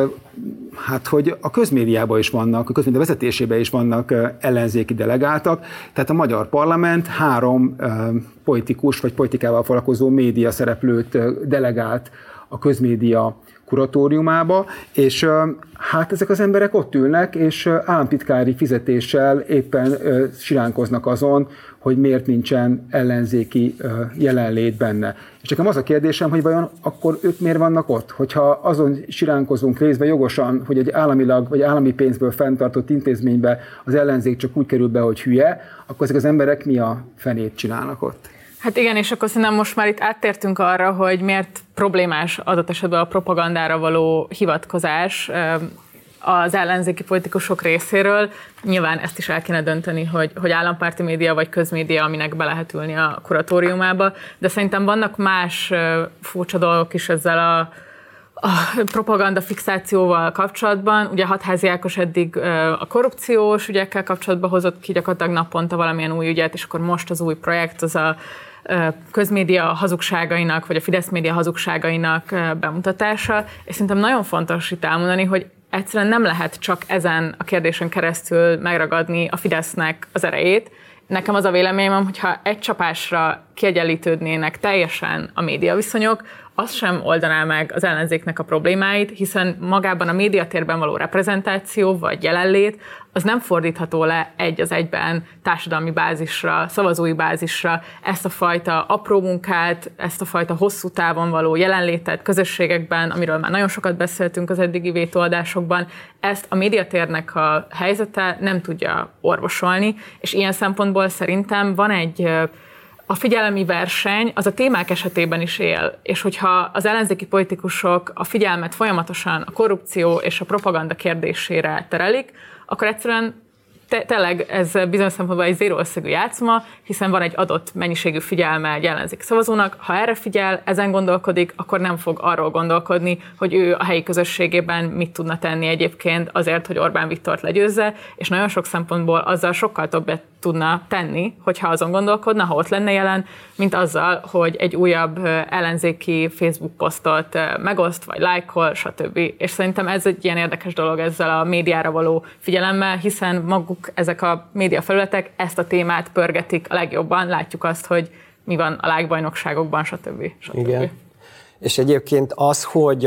a közmédiában is vannak, a közmédia vezetésében is vannak ellenzéki delegáltak, tehát a magyar parlament 3 politikus vagy politikával foglalkozó média szereplőt delegált a közmédia kuratóriumába, és hát ezek az emberek ott ülnek, és államtitkári fizetéssel éppen siránkoznak azon, hogy miért nincsen ellenzéki jelenlét benne. És nekem az a kérdésem, hogy vajon akkor ők miért vannak ott? Hogyha azon siránkozunk részben jogosan, hogy egy államilag vagy állami pénzből fenntartott intézménybe az ellenzék csak úgy kerül be, hogy hülye, akkor ezek az emberek mi a fenét csinálnak ott? Hát igen, és akkor szerintem most már itt áttértünk arra, hogy miért problémás adott esetben a propagandára való hivatkozás az ellenzéki politikusok részéről. Nyilván ezt is el kéne dönteni, hogy állampárti média vagy közmédia, aminek be lehet ülni a kuratóriumába, de szerintem vannak más furcsa dolgok is ezzel a propaganda fixációval kapcsolatban. Ugye Hatházi Ákos eddig a korrupciós ügyekkel kapcsolatban hozott ki gyakorlatilag naponta valamilyen új ügyet, és akkor most az új projekt az a közmédia hazugságainak, vagy a Fidesz média hazugságainak bemutatása, és szerintem nagyon fontos itt elmondani, hogy egyszerűen nem lehet csak ezen a kérdésen keresztül megragadni a Fidesznek az erejét. Nekem az a véleményem, hogyha egy csapásra kiegyenlítődnének teljesen a médiaviszonyok, az sem oldaná meg az ellenzéknek a problémáit, hiszen magában a médiatérben való reprezentáció vagy jelenlét, az nem fordítható le egy az egyben társadalmi bázisra, szavazói bázisra. Ezt a fajta apró munkát, ezt a fajta hosszú távon való jelenlétet közösségekben, amiről már nagyon sokat beszéltünk az eddigi vétóadásokban, ezt a médiatérnek a helyzete nem tudja orvosolni, és ilyen szempontból szerintem van a figyelemi verseny, az a témák esetében is él, és hogyha az ellenzéki politikusok a figyelmet folyamatosan a korrupció és a propaganda kérdésére terelik, akkor egyszerűen tényleg ez bizonyos szempontból egy zéróösszegű játszma, hiszen van egy adott mennyiségű figyelme egy ellenzéki szavazónak. Ha erre figyel, ezen gondolkodik, akkor nem fog arról gondolkodni, hogy ő a helyi közösségében mit tudna tenni egyébként azért, hogy Orbán Viktort legyőzze, és nagyon sok szempontból azzal sokkal többet tudna tenni, hogyha azon gondolkodna, ha ott lenne jelen, mint azzal, hogy egy újabb ellenzéki Facebook posztot megoszt, vagy lájkol, stb. És szerintem ez egy ilyen érdekes dolog ezzel a médiára való figyelemmel, hiszen maguk ezek a médiafelületek ezt a témát pörgetik a legjobban, látjuk azt, hogy mi van a lájkbajnokságokban, stb. Igen. És egyébként az, hogy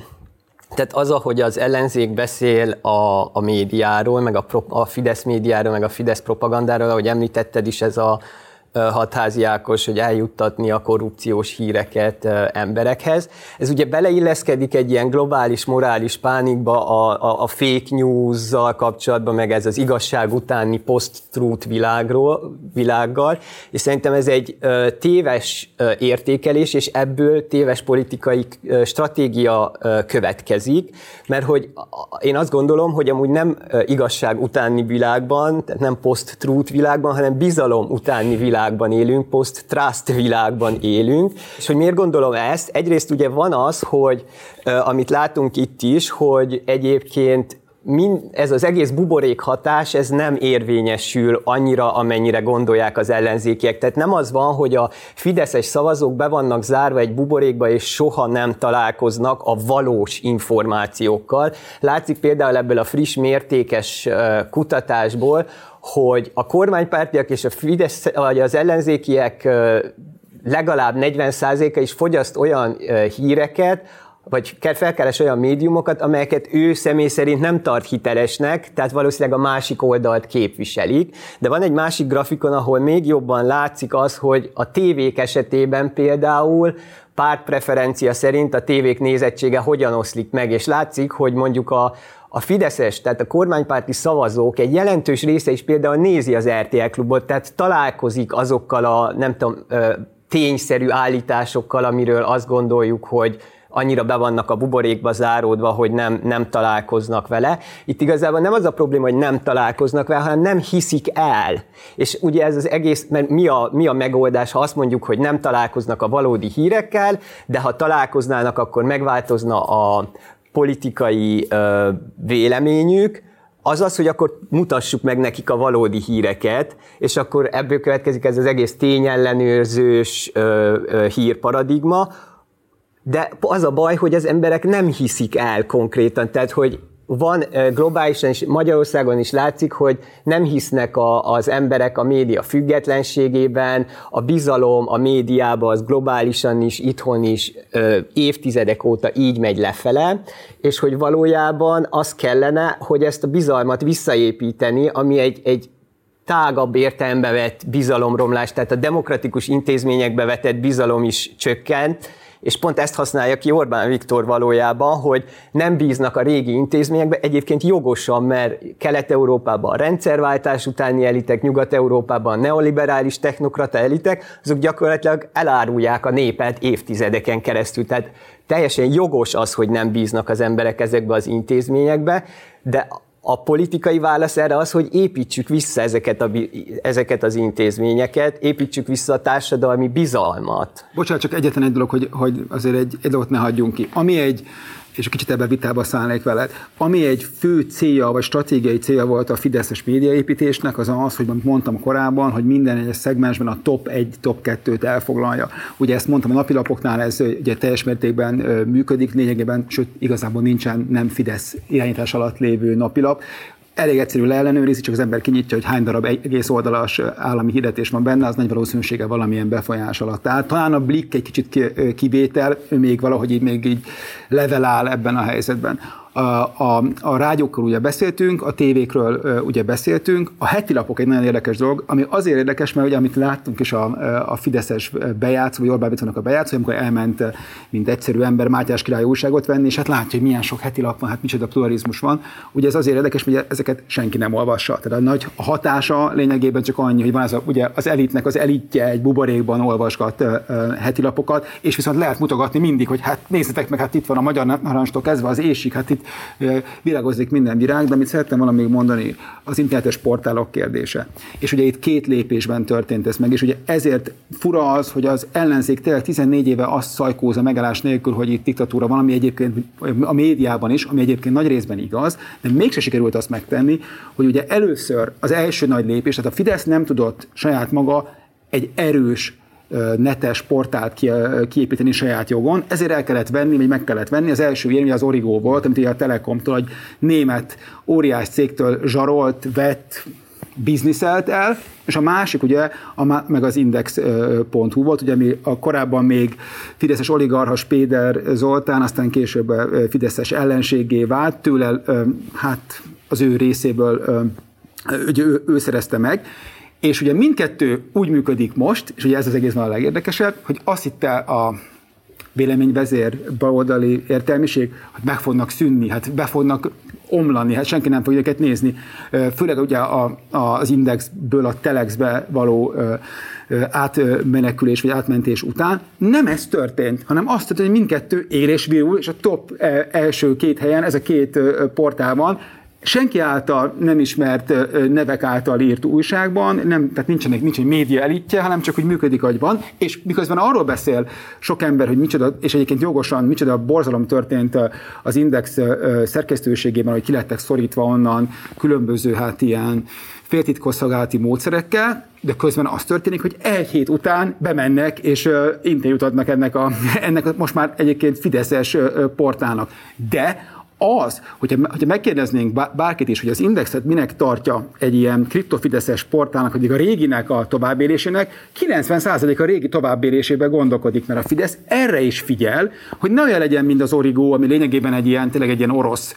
ahogy az ellenzék beszél a médiáról, meg a Fidesz médiáról, meg a Fidesz propagandáról, ahogy említetted is, ez a Hatházi Ákos, hogy eljuttatni a korrupciós híreket emberekhez. Ez ugye beleilleszkedik egy ilyen globális, morális pánikba a fake news-zal kapcsolatban, meg ez az igazság utáni post-truth világgal, és szerintem ez egy téves értékelés, és ebből téves politikai stratégia következik, mert hogy én azt gondolom, hogy amúgy nem igazság utáni világban, tehát nem post-truth világban, hanem bizalom utáni világban élünk, post-trust világban élünk. És hogy miért gondolom ezt? Egyrészt ugye van az, hogy amit látunk itt is, hogy egyébként ez az egész buborék hatás, ez nem érvényesül annyira, amennyire gondolják az ellenzékiek. Tehát nem az van, hogy a fideszes szavazók be vannak zárva egy buborékba, és soha nem találkoznak a valós információkkal. Látszik például ebből a friss mértékes kutatásból, hogy a kormánypártiak és a Fidesz, vagy az ellenzékiek legalább 40%-a is fogyaszt olyan híreket, vagy felkeres olyan médiumokat, amelyeket ő személy szerint nem tart hitelesnek, tehát valószínűleg a másik oldalt képviselik. De van egy másik grafikon, ahol még jobban látszik az, hogy a tévék esetében például pártpreferencia szerint a tévék nézettsége hogyan oszlik meg, és látszik, hogy mondjuk a fideszes, tehát a kormánypárti szavazók egy jelentős része is például nézi az RTL Klubot, tehát találkozik azokkal a, nem tudom, tényszerű állításokkal, amiről azt gondoljuk, hogy annyira be vannak a buborékba záródva, hogy nem találkoznak vele. Itt igazából nem az a probléma, hogy nem találkoznak vele, hanem nem hiszik el. És ugye ez az egész, mert mi a megoldás, ha azt mondjuk, hogy nem találkoznak a valódi hírekkel, de ha találkoznának, akkor megváltozna a politikai véleményük, az, hogy akkor mutassuk meg nekik a valódi híreket, és akkor ebből következik ez az egész tényellenőrzős hírparadigma, de az a baj, hogy az emberek nem hiszik el konkrétan, tehát hogy van globálisan és Magyarországon is látszik, hogy nem hisznek az emberek a média függetlenségében, a bizalom a médiában az globálisan is, itthon is évtizedek óta így megy lefele, és hogy valójában az kellene, hogy ezt a bizalmat visszaépíteni, ami egy tágabb értelembe vett bizalomromlás, tehát a demokratikus intézményekbe vetett bizalom is csökkent, és pont ezt használja ki Orbán Viktor valójában, hogy nem bíznak a régi intézményekbe, egyébként jogosan, mert Kelet-Európában a rendszerváltás utáni elitek, Nyugat-Európában a neoliberális technokrata elitek, azok gyakorlatilag elárulják a népet évtizedeken keresztül. Tehát teljesen jogos az, hogy nem bíznak az emberek ezekbe az intézményekbe, de a politikai válasz erre az, hogy építsük vissza ezeket az intézményeket, építsük vissza a társadalmi bizalmat. Bocsánat, csak egyetlen egy dolog, hogy azért egy dolgot ne hagyjunk ki. És kicsit ebben vitába szállnék veled, ami egy fő célja, vagy stratégiai célja volt a fideszes médiaépítésnek, az az, hogy mondtam korábban, hogy minden egyes szegmensben a top 1, top 2-t elfoglalja. Ugye ezt mondtam, a napilapoknál ez ugye teljes mértékben működik, lényegében, sőt, igazából nincsen nem Fidesz irányítás alatt lévő napilap. elég egyszerű leellenőrizni, csak az ember kinyitja, hogy hány darab egész oldalas állami hirdetés van benne, az nagy valószínűsége valamilyen befolyás alatt áll. Talán a Blick egy kicsit kivétel, ő még valahogy még így level áll ebben a helyzetben. A rádiókról ugye beszéltünk, a tévékről ugye beszéltünk, a heti lapok egy nagyon érdekes dolog, ami azért érdekes, mert ugye amit láttunk is a fideszes bejátszó, vagy Orbán Viktornak a bejátszó, amikor elment, mint egyszerű ember Mátyás király újságot venni, és hát látja, hogy milyen sok heti lap van, hát micsoda pluralizmus van. Ugye ez azért érdekes, hogy ezeket senki nem olvassa. Tehát a hatása lényegében csak annyi, hogy van ugye az elitnek az elitje egy buborékban olvasgat heti lapokat, és viszont lehet mutogatni mindig, hogy hát nézzetek meg, hát itt van a Magyar Narancstól kezdve az ésig, hát itt virágozik minden virág, de amit szerettem valami mondani, az internetes portálok kérdése. És ugye itt 2 lépésben történt ez meg, és ugye ezért fura az, hogy az ellenzék tényleg 14 éve azt szajkózza megállás nélkül, hogy itt diktatúra van, ami egyébként a médiában is, ami egyébként nagy részben igaz, de mégse sikerült azt megtenni, hogy ugye először az első nagy lépés, tehát a Fidesz nem tudott saját maga egy erős netes portált kiépíteni saját jogon, ezért el kellett venni, vagy meg kellett venni. Az első ilyen az Origo volt, amit ugye a Telekomtól, egy német óriás cégtől zsarolt, vett, bizniszelt el, és a másik ugye meg az Index.hu volt, ugye ami korábban még fideszes oligarcha Péder Zoltán, aztán később fideszes ellenségé vált, tőle hát az ő részéből ugye ő szerezte meg, és ugye mindkettő úgy működik most, és ugye ez az egészben a legérdekesebb, hogy azt hitte a véleményvezér baloldali értelmiség, hogy meg fognak szűnni, hát be fognak omlani, hát senki nem fogja őket nézni. Főleg ugye az Indexből a Telexbe való átmenekülés vagy átmentés után nem ez történt, hanem azt történt, hogy mindkettő él és virul, és a top első 2 helyen, ez a 2 portálban, senki által nem ismert nevek által írt újságban, tehát nincs egy média elitje, hanem csak úgy működik, ahogy van, és miközben arról beszél sok ember, hogy micsoda, és egyébként jogosan micsoda borzalom történt az Index szerkesztőségében, hogy ki lettek szorítva onnan különböző hát ilyen féltitkosszolgálati módszerekkel, de közben az történik, hogy 1 hét után bemennek, és interjút adnak ennek most már egyébként fideszes portálnak. De az, hogyha megkérdeznénk bárkit is, hogy az Indexet minek tartja egy ilyen kriptofideszes portálnak, vagy a réginek a továbbélésének, 90% a régi továbbélésébe gondolkodik, mert a Fidesz erre is figyel, hogy ne olyan legyen, mint az Origo, ami lényegében tényleg egy ilyen orosz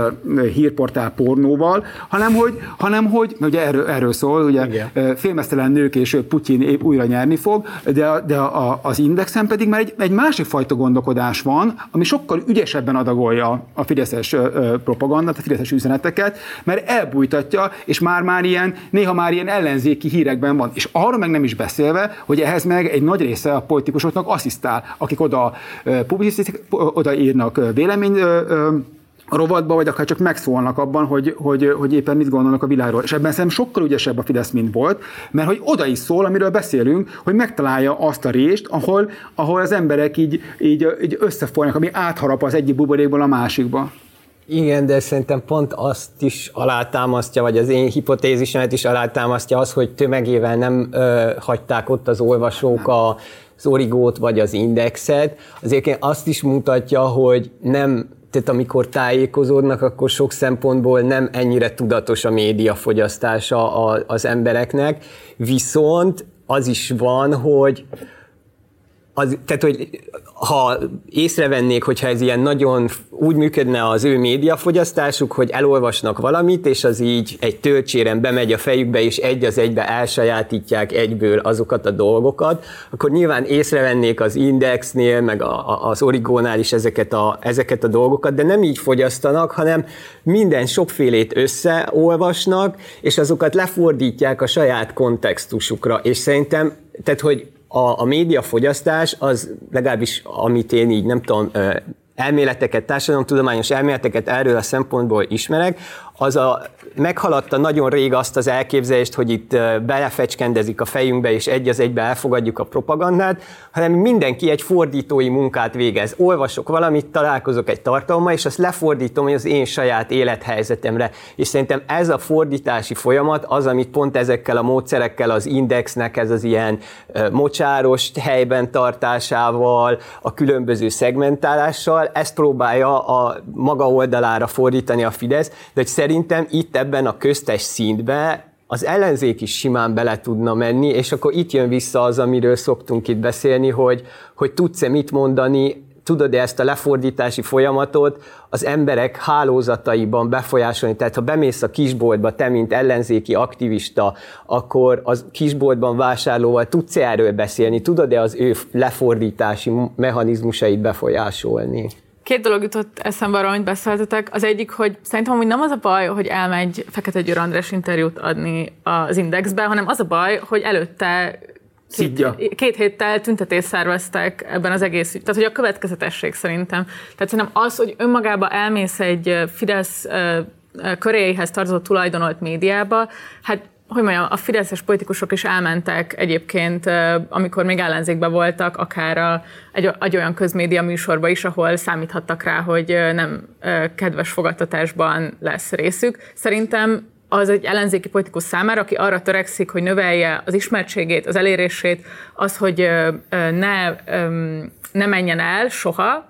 hírportál pornóval, hanem hogy ugye erről szól, ugye félmeztelen nők és Putyin újra nyerni fog, de az Indexen pedig már egy másik fajta gondolkodás van, ami sokkal ügyesebben adagolja a Fidesz propagandát, a fideszes üzeneteket, mert elbújtatja, és néha már ilyen ellenzéki hírekben van. És arra meg nem is beszélve, hogy ehhez meg egy nagy része a politikusoknak asszisztál, akik oda írnak vélemény rovatba, vagy akár csak megszólnak abban, hogy éppen mit gondolnak a világról. És ebben szerintem sokkal ügyesebb a Fidesz, mint volt, mert hogy oda is szól, amiről beszélünk, hogy megtalálja azt a rést, ahol az emberek így összefolynak, ami átharap az egyik buborékból a másikba. Igen, de szerintem pont azt is alátámasztja, vagy az én hipotézisemet is alátámasztja az, hogy tömegével nem hagyták ott az olvasók az Origót vagy az Indexet. Azért azt is mutatja, hogy tehát amikor tájékozódnak, akkor sok szempontból nem ennyire tudatos a médiafogyasztása az embereknek, viszont az is van, hogy tehát, hogy ha észrevennék, hogyha ez ilyen nagyon úgy működne az ő médiafogyasztásuk, hogy elolvasnak valamit, és az így egy tölcséren bemegy a fejükbe, és egy az egybe elsajátítják egyből azokat a dolgokat, akkor nyilván észrevennék az Indexnél, meg az Origónál is ezeket a dolgokat, de nem így fogyasztanak, hanem minden sokfélét összeolvasnak, és azokat lefordítják a saját kontextusukra. És szerintem, tehát, hogy a médiafogyasztás az legalábbis, amit én így nem tudom, elméleteket, társadalomtudományos elméleteket erről a szempontból ismerek, az meghaladta nagyon rég azt az elképzelést, hogy itt belefecskendezik a fejünkbe, és egy az egybe elfogadjuk a propagandát, hanem mindenki egy fordítói munkát végez. Olvasok valamit, találkozok egy tartalommal, és azt lefordítom az én saját élethelyzetemre. És szerintem ez a fordítási folyamat az, amit pont ezekkel a módszerekkel, az Indexnek ez az ilyen mocsáros helyben tartásával, a különböző szegmentálással, ezt próbálja a maga oldalára fordítani a Fidesz, de hogy szerintem itt ebben a köztes szintben az ellenzék is simán bele tudna menni, és akkor itt jön vissza az, amiről szoktunk itt beszélni, hogy tudsz-e mit mondani, tudod-e ezt a lefordítási folyamatot az emberek hálózataiban befolyásolni? Tehát ha bemész a kisboltba, te mint ellenzéki aktivista, akkor az kisboltban vásárlóval tudsz-e erről beszélni? Tudod-e az ő lefordítási mechanizmusait befolyásolni? Két dolog jutott eszembe arra, amit beszéltetek. Az egyik, hogy szerintem amúgy nem az a baj, hogy elmegy Fekete Győr András interjút adni az Indexbe, hanem az a baj, hogy előtte két héttel tüntetést szerveztek ebben az egész ügy. Tehát, hogy a következetesség szerintem. Tehát szerintem az, hogy önmagába elmész egy Fidesz köréhez tartozó tulajdonolt médiába, hát hogy mondjam, a fideszes politikusok is elmentek egyébként, amikor még ellenzékben voltak, akár egy olyan közmédia műsorba is, ahol számíthattak rá, hogy nem kedves fogadtatásban lesz részük. Szerintem az egy ellenzéki politikus számára, aki arra törekszik, hogy növelje az ismertségét, az elérését, az, hogy ne menjen el soha,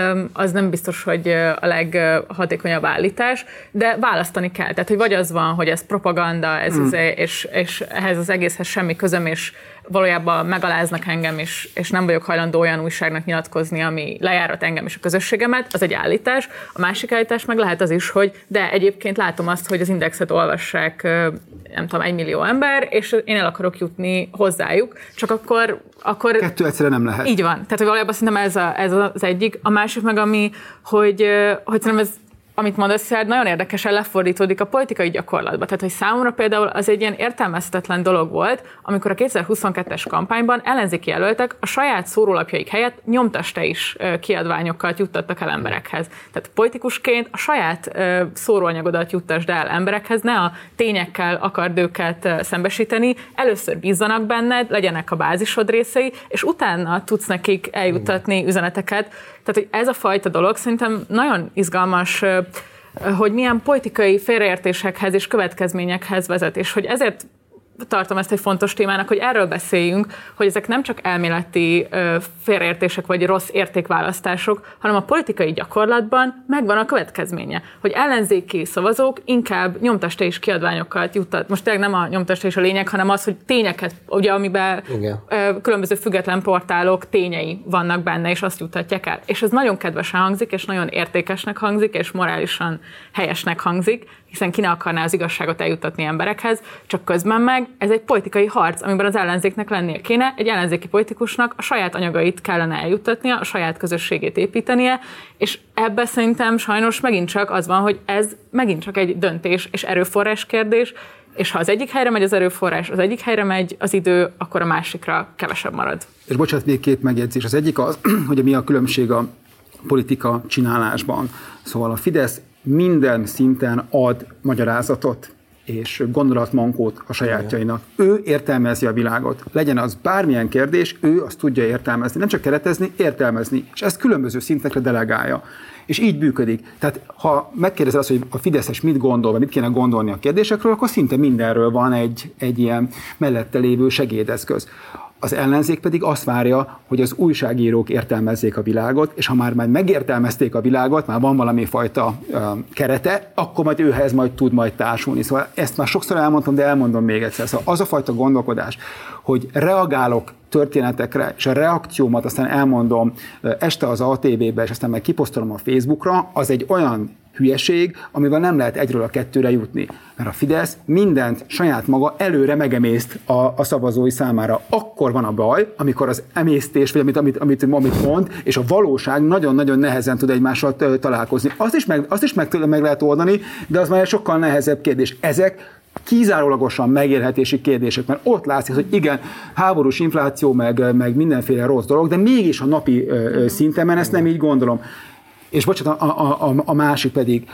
az nem biztos, hogy a leghatékonyabb állítás, de választani kell. Tehát, hogy vagy az van, hogy ez propaganda, és ehhez az egészhez semmi közöm, és valójában megaláznak engem, és nem vagyok hajlandó olyan újságnak nyilatkozni, ami lejárat engem és a közösségemet, az egy állítás. A másik állítás meg lehet az is, hogy de egyébként látom azt, hogy az Indexet olvassák, nem tudom, 1 millió ember, és én el akarok jutni hozzájuk, csak akkor kettő egyszerre nem lehet. Így van. Tehát, hogy valójában szerintem ez az egyik. A másik meg, hogy szerintem ez, amit mondasz, nagyon érdekesen lefordítódik a politikai gyakorlatba. Tehát, hogy számomra például az egy ilyen értelmezhetetlen dolog volt, amikor a 2022-es kampányban ellenzéki jelöltek a saját szórólapjaik helyett nyomtaste is kiadványokat juttattak el emberekhez. Tehát politikusként a saját szóróanyagodat juttasd el emberekhez, ne a tényekkel akard őket szembesíteni, először bízzanak benned, legyenek a bázisod részei, és utána tudsz nekik eljuttatni üzeneteket. Tehát, hogy ez a fajta dolog szerintem nagyon izgalmas, hogy milyen politikai félreértésekhez és következményekhez vezet, és hogy ezért tartom ezt egy fontos témának, hogy erről beszéljünk, hogy ezek nem csak elméleti félreértések vagy rossz értékválasztások, hanem a politikai gyakorlatban megvan a következménye, hogy ellenzéki szavazók inkább nyomtaste és kiadványokat juttat. Most tényleg nem a nyomtaste és a lényeg, hanem az, hogy tényeket, ugye, amiben különböző független portálok tényei vannak benne, és azt juttatják el. És ez nagyon kedvesen hangzik, és nagyon értékesnek hangzik, és morálisan helyesnek hangzik, hiszen ki ne akarná az igazságot eljuttatni emberekhez, csak közben meg ez egy politikai harc, amiben az ellenzéknek lennie kéne, egy ellenzéki politikusnak a saját anyagait kellene eljuttatnia, a saját közösségét építenie, és ebben szerintem sajnos megint csak az van, hogy ez megint csak egy döntés és erőforrás kérdés, és ha az egyik helyre megy az erőforrás, az egyik helyre megy az idő, akkor a másikra kevesebb marad. És bocsánat, még két megjegyzés. Az egyik az, hogy mi a különbség a politika csinálásban. Szóval a Fidesz minden szinten ad magyarázatot és gondolatmankót a sajátjainak. Ő értelmezi a világot. Legyen az bármilyen kérdés, ő azt tudja értelmezni. Nem csak keretezni, értelmezni. És ezt különböző szintekre delegálja. És így működik. Tehát ha megkérdezed azt, hogy a Fideszes mit gondol, vagy mit kéne gondolni a kérdésekről, akkor szinte mindenről van egy ilyen mellette lévő segédeszköz. Az ellenzék pedig azt várja, hogy az újságírók értelmezzék a világot, és ha már megértelmezték a világot, már van valami fajta kerete, akkor majd őhez tud majd társulni. Szóval ezt már sokszor elmondtam, de elmondom még egyszer. Szóval az a fajta gondolkodás, hogy reagálok történetekre, és a reakciómat aztán elmondom este az ATV-be, és aztán meg kiposztolom a Facebookra, az egy olyan hülyeség, amivel nem lehet egyről a kettőre jutni. Mert a Fidesz mindent saját maga előre megemészt a szavazói számára. Akkor van a baj, amikor az emésztés, vagy amit mond, és a valóság nagyon-nagyon nehezen tud egymással találkozni. Azt is meg lehet oldani, de az már egy sokkal nehezebb kérdés. Ezek kizárólagosan megélhetési kérdések, mert ott látszik, hogy igen, háborús infláció, meg mindenféle rossz dolog, de mégis a napi szinten ezt nem így gondolom. És bocsánat, a másik pedig,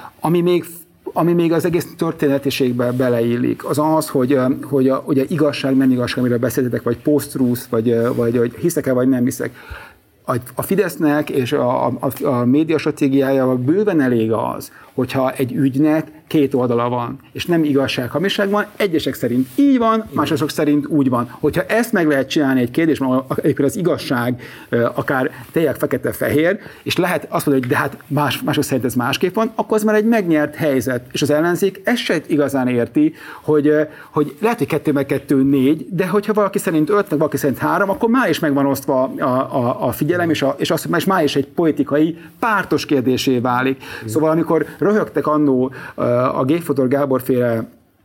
ami még az egész történetiségbe beleillik, az az, hogy a igazság, nem igazság, amiről beszéltetek, vagy post-truth, vagy hiszek-e, vagy nem hiszek. A Fidesznek és a média stratégiájával bőven elég az, hogyha egy ügynek két oldala van, és nem igazság-hamiság van, egyesek szerint így van, másosok szerint úgy van. Hogyha ezt meg lehet csinálni egy kérdésben, amikor az igazság akár tényleg fekete-fehér, és lehet azt mondani, hogy de hát mások szerint ez másképp van, akkor az már egy megnyert helyzet, és az ellenzék ezt se igazán érti, hogy lehet, hogy 2 meg 2 4, de hogyha valaki szerint 5, meg valaki szerint 3, akkor már is meg van osztva a figyelem, és az már is egy politikai pártos kérdésé válik. Szóval amikor röhögtek annó a Gépfodor Gábor-féle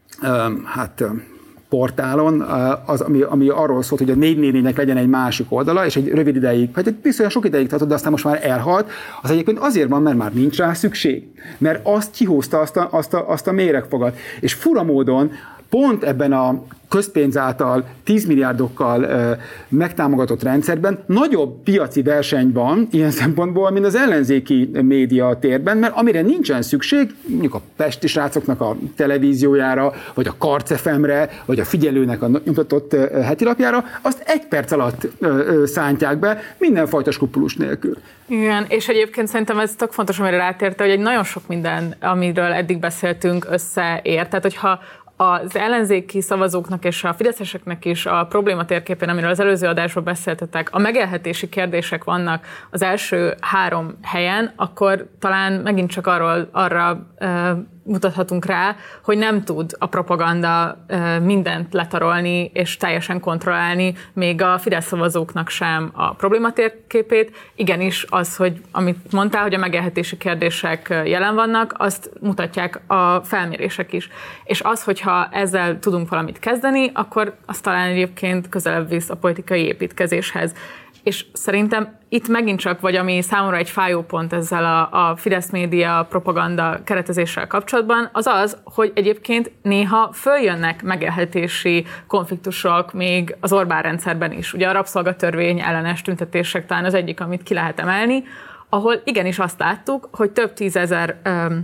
portálon, ami arról szólt, hogy a 444-nek legyen egy másik oldala, és egy rövid ideig, vagy viszonylag sok ideig tartott, de aztán most már elhalt, az egyébként azért van, mert már nincs rá szükség. Mert azt kihúzta azt a méregfogat. És fura módon pont ebben a közpénz által 10 milliárdokkal megtámogatott rendszerben nagyobb piaci verseny van ilyen szempontból, mint az ellenzéki média térben, mert amire nincsen szükség, mondjuk a pesti srácoknak a televíziójára, vagy a Karc FM-re, vagy a Figyelőnek a nyomtatott hetilapjára, azt 1 perc alatt szántják be, mindenfajta skrupulus nélkül. Igen, és egyébként szerintem ez tök fontos, amire rátérte, hogy egy nagyon sok minden, amiről eddig beszéltünk, összeér. Tehát, hogyha az ellenzéki szavazóknak és a fideszeseknek is a probléma térképén, amiről az előző adásban beszéltetek, a megélhetési kérdések vannak az első 3 helyen, akkor talán megint csak arra mutathatunk rá, hogy nem tud a propaganda mindent letarolni és teljesen kontrollálni, még a Fidesz szavazóknak sem a problématérképét. Igenis az, hogy amit mondtál, hogy a megélhetési kérdések jelen vannak, azt mutatják a felmérések is. És az, hogyha ezzel tudunk valamit kezdeni, akkor az talán egyébként közelebb visz a politikai építkezéshez. És szerintem itt megint csak, vagy ami számomra egy fájó pont ezzel a Fidesz média propaganda keretezéssel kapcsolatban, az az, hogy egyébként néha följönnek megélhetési konfliktusok még az Orbán rendszerben is. Ugye a rabszolgatörvény ellenes tüntetések talán az egyik, amit ki lehet emelni, ahol igenis azt láttuk, hogy több 10 000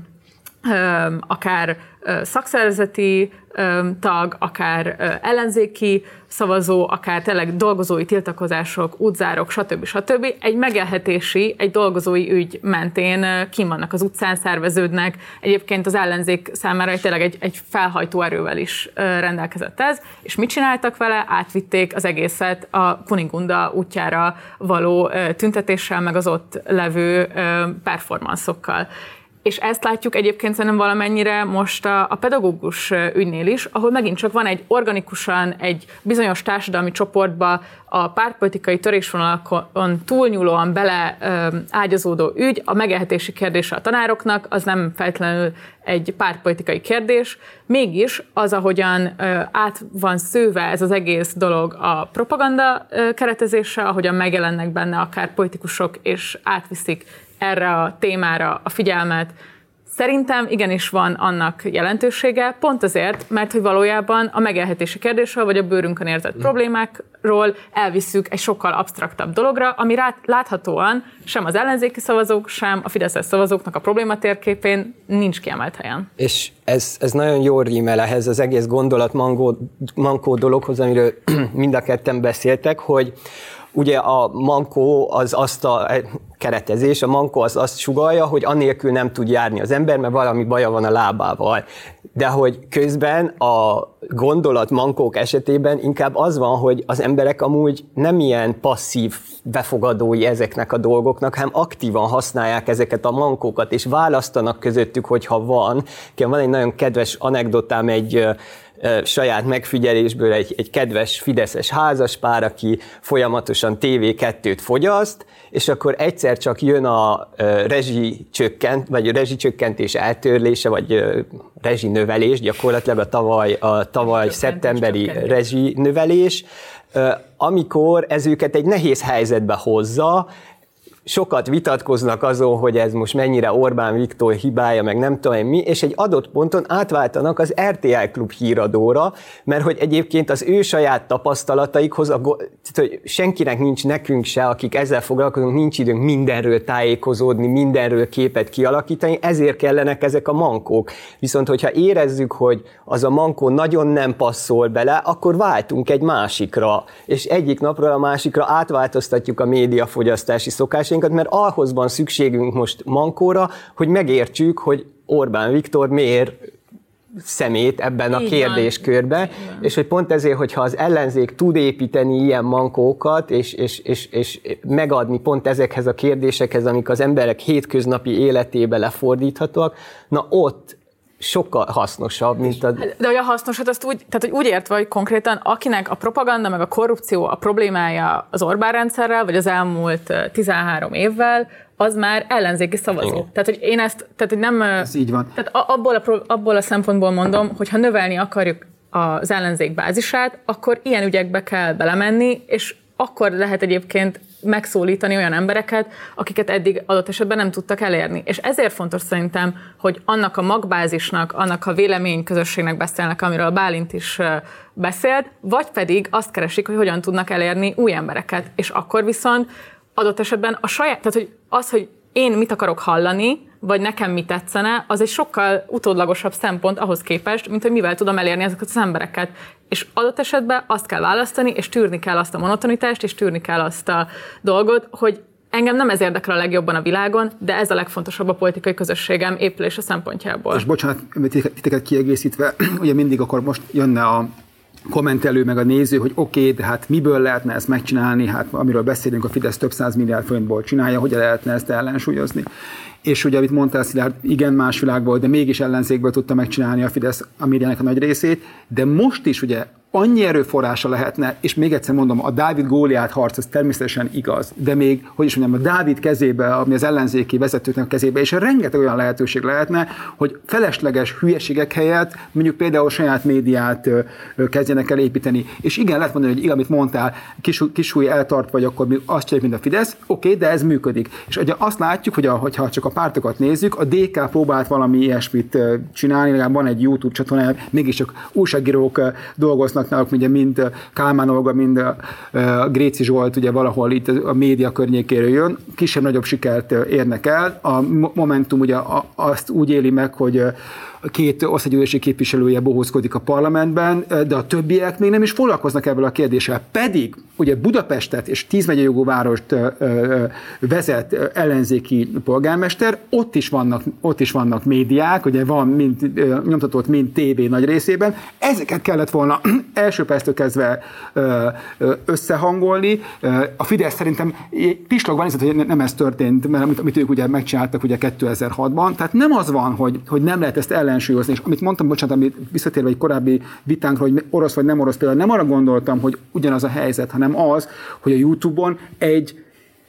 akár szakszervezeti tag, akár ellenzéki szavazó, akár tényleg dolgozói tiltakozások, útzárok, stb. Egy megélhetési, egy dolgozói ügy mentén kín vannak az utcán, szerveződnek. Egyébként az ellenzék számára tényleg egy felhajtó erővel is rendelkezett ez, és mit csináltak vele? Átvitték az egészet a Kunigunda útjára való tüntetéssel, meg az ott levő performanszokkal. És ezt látjuk egyébként szerintem valamennyire most a pedagógus ügynél is, ahol megint csak van egy organikusan, egy bizonyos társadalmi csoportba a pártpolitikai törésvonalakon túlnyúlóan beleágyazódó ügy, a megélhetési kérdése a tanároknak, az nem feltétlenül egy pártpolitikai kérdés, mégis az, ahogyan át van szőve ez az egész dolog a propaganda keretezése, ahogyan megjelennek benne akár politikusok és átviszik erre a témára a figyelmet. Szerintem igenis van annak jelentősége, pont azért, mert hogy valójában a megélhetési kérdésről, vagy a bőrünkön érzett problémákról elvisszük egy sokkal absztraktabb dologra, ami láthatóan sem az ellenzéki szavazók, sem a fideszes szavazóknak a problématérképén nincs kiemelt helyen. És ez nagyon jól rímel ehhez az egész gondolatmankó dologhoz, amiről mind a ketten beszéltek, hogy ugye a mankó az azt a keretezés, a mankó az azt sugallja, hogy anélkül nem tud járni az ember, mert valami baja van a lábával. De hogy közben a gondolatmankók esetében inkább az van, hogy az emberek amúgy nem ilyen passzív befogadói ezeknek a dolgoknak, hanem aktívan használják ezeket a mankókat, és választanak közöttük, hogyha van. Van egy nagyon kedves anekdotám egy saját megfigyelésből, egy kedves fideszes házaspár, aki folyamatosan TV2-t fogyaszt, és akkor egyszer csak jön a rezsicsökkentés eltörlése, vagy rezsinövelés, gyakorlatilag a tavaly szeptemberi rezsinövelés, amikor ez őket egy nehéz helyzetbe hozza. Sokat vitatkoznak azon, hogy ez most mennyire Orbán Viktor hibája, meg nem tudom mi, és egy adott ponton átváltanak az RTL Klub híradóra, mert hogy egyébként az ő saját tapasztalataikhoz, hogy senkinek nincs, nekünk se, akik ezzel foglalkozunk, nincs időnk mindenről tájékozódni, mindenről képet kialakítani, ezért kellenek ezek a mankók. Viszont hogyha érezzük, hogy az a mankó nagyon nem passzol bele, akkor váltunk egy másikra, és egyik napról a másikra átváltoztatjuk a médiafogyasztási szokásainkat, mert ahhoz van szükségünk most mankóra, hogy megértsük, hogy Orbán Viktor miért szemét ebben a kérdéskörben, és hogy pont ezért, hogyha az ellenzék tud építeni ilyen mankókat, és megadni pont ezekhez a kérdésekhez, amik az emberek hétköznapi életébe lefordíthatóak, na ott sokkal hasznosabb, mint a... De hogy a hasznosat azt úgy, tehát hogy úgy értve, hogy konkrétan akinek a propaganda meg a korrupció a problémája az Orbán rendszerrel, vagy az elmúlt 13 évvel, az már ellenzéki szavazó. Igen. Tehát, hogy én ezt, tehát, hogy nem... Ez így van. Tehát abból a szempontból mondom, hogy ha növelni akarjuk az ellenzék bázisát, akkor ilyen ügyekbe kell belemenni, és akkor lehet egyébként megszólítani olyan embereket, akiket eddig adott esetben nem tudtak elérni. És ezért fontos szerintem, hogy annak a magbázisnak, annak a véleményközösségnek beszélnek, amiről a Bálint is beszélt, vagy pedig azt keresik, hogy hogyan tudnak elérni új embereket. És akkor viszont adott esetben a saját, tehát hogy az, hogy én mit akarok hallani, vagy nekem mi tetszene, az egy sokkal utódlagosabb szempont ahhoz képest, mint hogy mivel tudom elérni ezeket az embereket. És adott esetben azt kell választani, és tűrni kell azt a monotonitást, és tűrni kell azt a dolgot, hogy engem nem ez érdekel a legjobban a világon, de ez a legfontosabb a politikai közösségem épülése szempontjából. És bocsánat, titeket kiegészítve, ugye mindig akkor most jönne a kommentelő meg a néző, hogy oké, de hát miből lehetne ezt megcsinálni, hát amiről beszélünk, a Fidesz több 100 milliárd forintból csinálja, hogyan lehetne ezt ellensúlyozni. És ugye, amit mondtál, Szilárd, igen, más világból, de mégis ellenzékből tudta megcsinálni a Fidesz a médiának a nagy részét, de most is ugye annyi erőforrása lehetne, és még egyszer mondom, a Dávid-Góliát harc, az természetesen igaz, de még, hogy is mondjam, a Dávid kezébe, ami az ellenzéki vezetőknek a kezébe, és rengeteg olyan lehetőség lehetne, hogy felesleges hülyeségek helyett mondjuk például saját médiát kezdjenek el építeni. És igen, lehet mondani, hogy igen, amit mondtál, kisúly eltart vagy, akkor mi azt csináljuk, mint a Fidesz, oké, de ez működik. És ugye azt látjuk, hogy hogyha csak a pártokat nézzük, a DK próbált valami ilyesmit csinálni, legalább van egy YouTube csatorna, mégiscsak újságírók dolgoznak náluk, ugye mind Kálmán Olga, mind Gréci Zsolt ugye valahol itt a média környékéről jön, kisebb-nagyobb sikert érnek el. A Momentum ugye azt úgy éli meg, hogy két országgyűlési képviselője bohózkodik a parlamentben, de a többiek még nem is foglalkoznak ebből a kérdéssel. Pedig ugye Budapestet és 10 megyei jogú várost vezet ellenzéki polgármester, ott is vannak médiák, ugye van mind nyomtatott, mind tévé nagy részében. Ezeket kellett volna első perctől kezdve összehangolni. A Fidesz szerintem pislogban nézett, hogy nem ez történt, mert amit ők ugye megcsináltak ugye 2006-ban. Tehát nem az van, hogy nem lehet ezt ellensúlyozni. És amit mondtam, bocsánat, amit visszatérve egy korábbi vitánkról, hogy orosz vagy nem orosz, például nem arra gondoltam, hogy ugyanaz a helyzet, hanem az, hogy a YouTube-on egy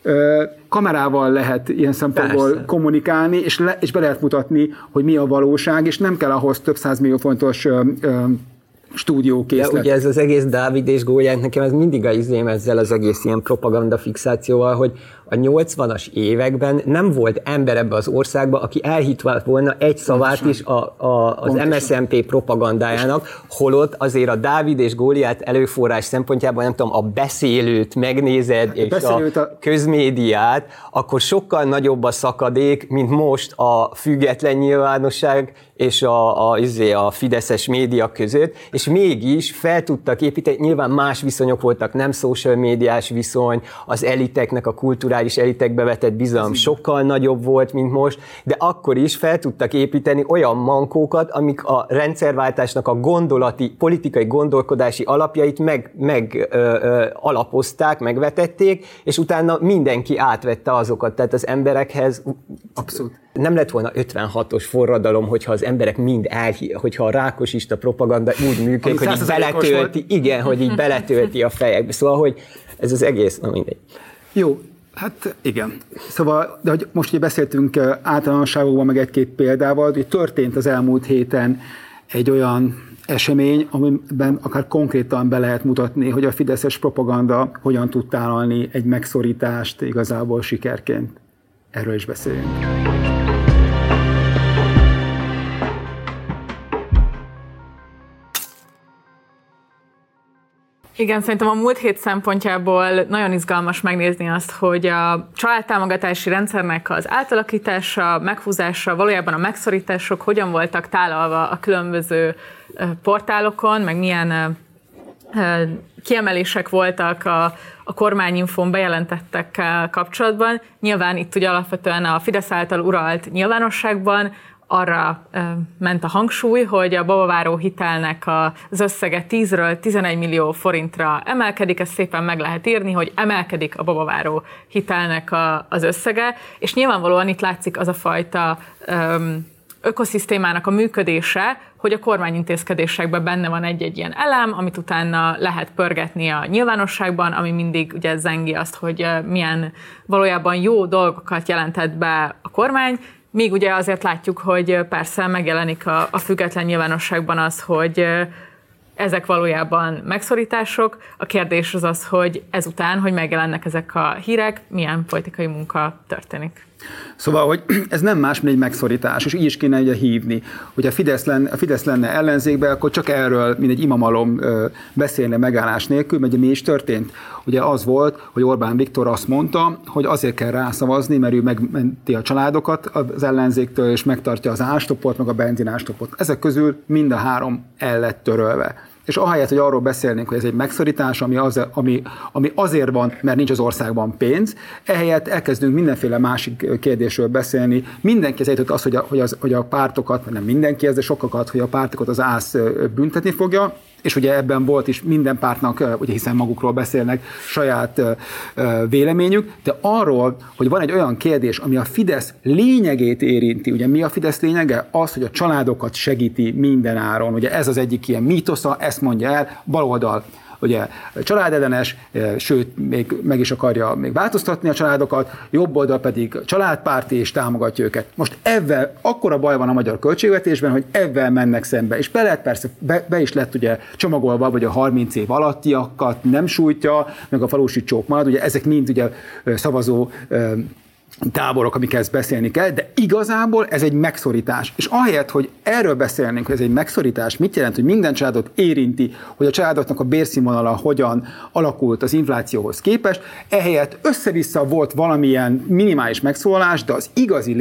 kamerával lehet ilyen szempontból kommunikálni, és be lehet mutatni, hogy mi a valóság, és nem kell ahhoz több 100 millió fontos stúdiókészlet. De ugye ez az egész Dávid és Góliát, nekem ez mindig a izém ezzel az egész ilyen propaganda fixációval, hogy a 80-as években nem volt ember ebbe az országba, aki elhitt volna egy szavát is az MSZNP propagandájának, holott azért a Dávid és Góliát előforrás szempontjában, nem tudom, a beszélőt megnézed, és a közmédiát, akkor sokkal nagyobb a szakadék, mint most a független nyilvánosság és a fideszes média között, és mégis fel tudtak építeni, nyilván más viszonyok voltak, nem social médiás viszony, az eliteknek, a kulturális elitekbe vetett bizalom sokkal nagyobb volt, mint most, de akkor is fel tudtak építeni olyan mankókat, amik a rendszerváltásnak a politikai gondolkodási alapjait alapozták, megvetették, és utána mindenki átvette azokat, tehát az emberekhez abszolút nem lett volna 56-os forradalom, hogyha az emberek mind hogyha a rákosista propaganda úgy működik, hogy így beletölti, igen, hogy így beletölti a fejekbe. Szóval, hogy ez az egész, na mindegy. Jó, hát igen. Szóval, de hogy most ugye beszéltünk általánosságokban, meg egy-két példával, hogy történt az elmúlt héten egy olyan esemény, amiben akár konkrétan be lehet mutatni, hogy a fideszes propaganda hogyan tud tálalni egy megszorítást igazából sikerként. Erről is beszéljünk. Igen, szerintem a múlt hét szempontjából nagyon izgalmas megnézni azt, hogy a családtámogatási rendszernek az átalakítása, meghúzása, valójában a megszorítások hogyan voltak tálalva a különböző portálokon, meg milyen kiemelések voltak a kormányinfón bejelentettekkel kapcsolatban. Nyilván itt ugye alapvetően a Fidesz által uralt nyilvánosságban arra ment a hangsúly, hogy a babaváró hitelnek az összege 10-ről 11 millió forintra emelkedik, ezt szépen meg lehet írni, hogy emelkedik a babaváró hitelnek az összege, és nyilvánvalóan itt látszik az a fajta ökoszisztémának a működése, hogy a kormányintézkedésekben benne van egy-egy ilyen elem, amit utána lehet pörgetni a nyilvánosságban, ami mindig ugye zengi azt, hogy milyen valójában jó dolgokat jelentett be a kormány, míg ugye azért látjuk, hogy persze megjelenik a független nyilvánosságban az, hogy ezek valójában megszorítások. A kérdés az, hogy ezután, hogy megjelennek ezek a hírek, milyen politikai munka történik. Szóval, hogy ez nem más, mint egy megszorítás, és így is kéne ugye hívni. Hogy a Fidesz lenne ellenzékben, akkor csak erről, mint egy imamalom beszélne megállás nélkül, mert mi is történt. Ugye az volt, hogy Orbán Viktor azt mondta, hogy azért kell rászavazni, mert ő megmenti a családokat az ellenzéktől, és megtartja az árstoppot, meg a benzinárstoppot. Ezek közül mind a 3 el lett törölve. És ahelyett, hogy arról beszélnénk, hogy ez egy megszorítás, ami azért van, mert nincs az országban pénz, ehelyett elkezdünk mindenféle másik kérdésről beszélni. Mindenki ezért az, hogy a pártokat, nem mindenki ez, de sokakat, hogy a pártokat az ÁSZ büntetni fogja, és ugye ebben volt is minden pártnak, ugye hiszen magukról beszélnek, saját véleményük, de arról, hogy van egy olyan kérdés, ami a Fidesz lényegét érinti. Ugye mi a Fidesz lényege? Az, hogy a családokat segíti minden áron. Ugye ez az egyik ilyen mítosza, ezt mondja el, baloldal ugye családellenes, sőt, még meg is akarja még változtatni a családokat, jobb oldal pedig családpárti és támogatja őket. Most ezzel akkora baj van a magyar költségvetésben, hogy ezzel mennek szembe. És be is lett ugye csomagolva, hogy a 30 év alattiakat nem sújtja, meg a falusi csók marad, ugye ezek mind ugye szavazó táborok, amikkel ezt beszélni kell, de igazából ez egy megszorítás. És ahelyett, hogy erről beszélnénk, hogy ez egy megszorítás, mit jelent, hogy minden családot érinti, hogy a családoknak a bérszínvonala hogyan alakult az inflációhoz képest, ehelyett össze-vissza volt valamilyen minimális megszólalás, de az igazi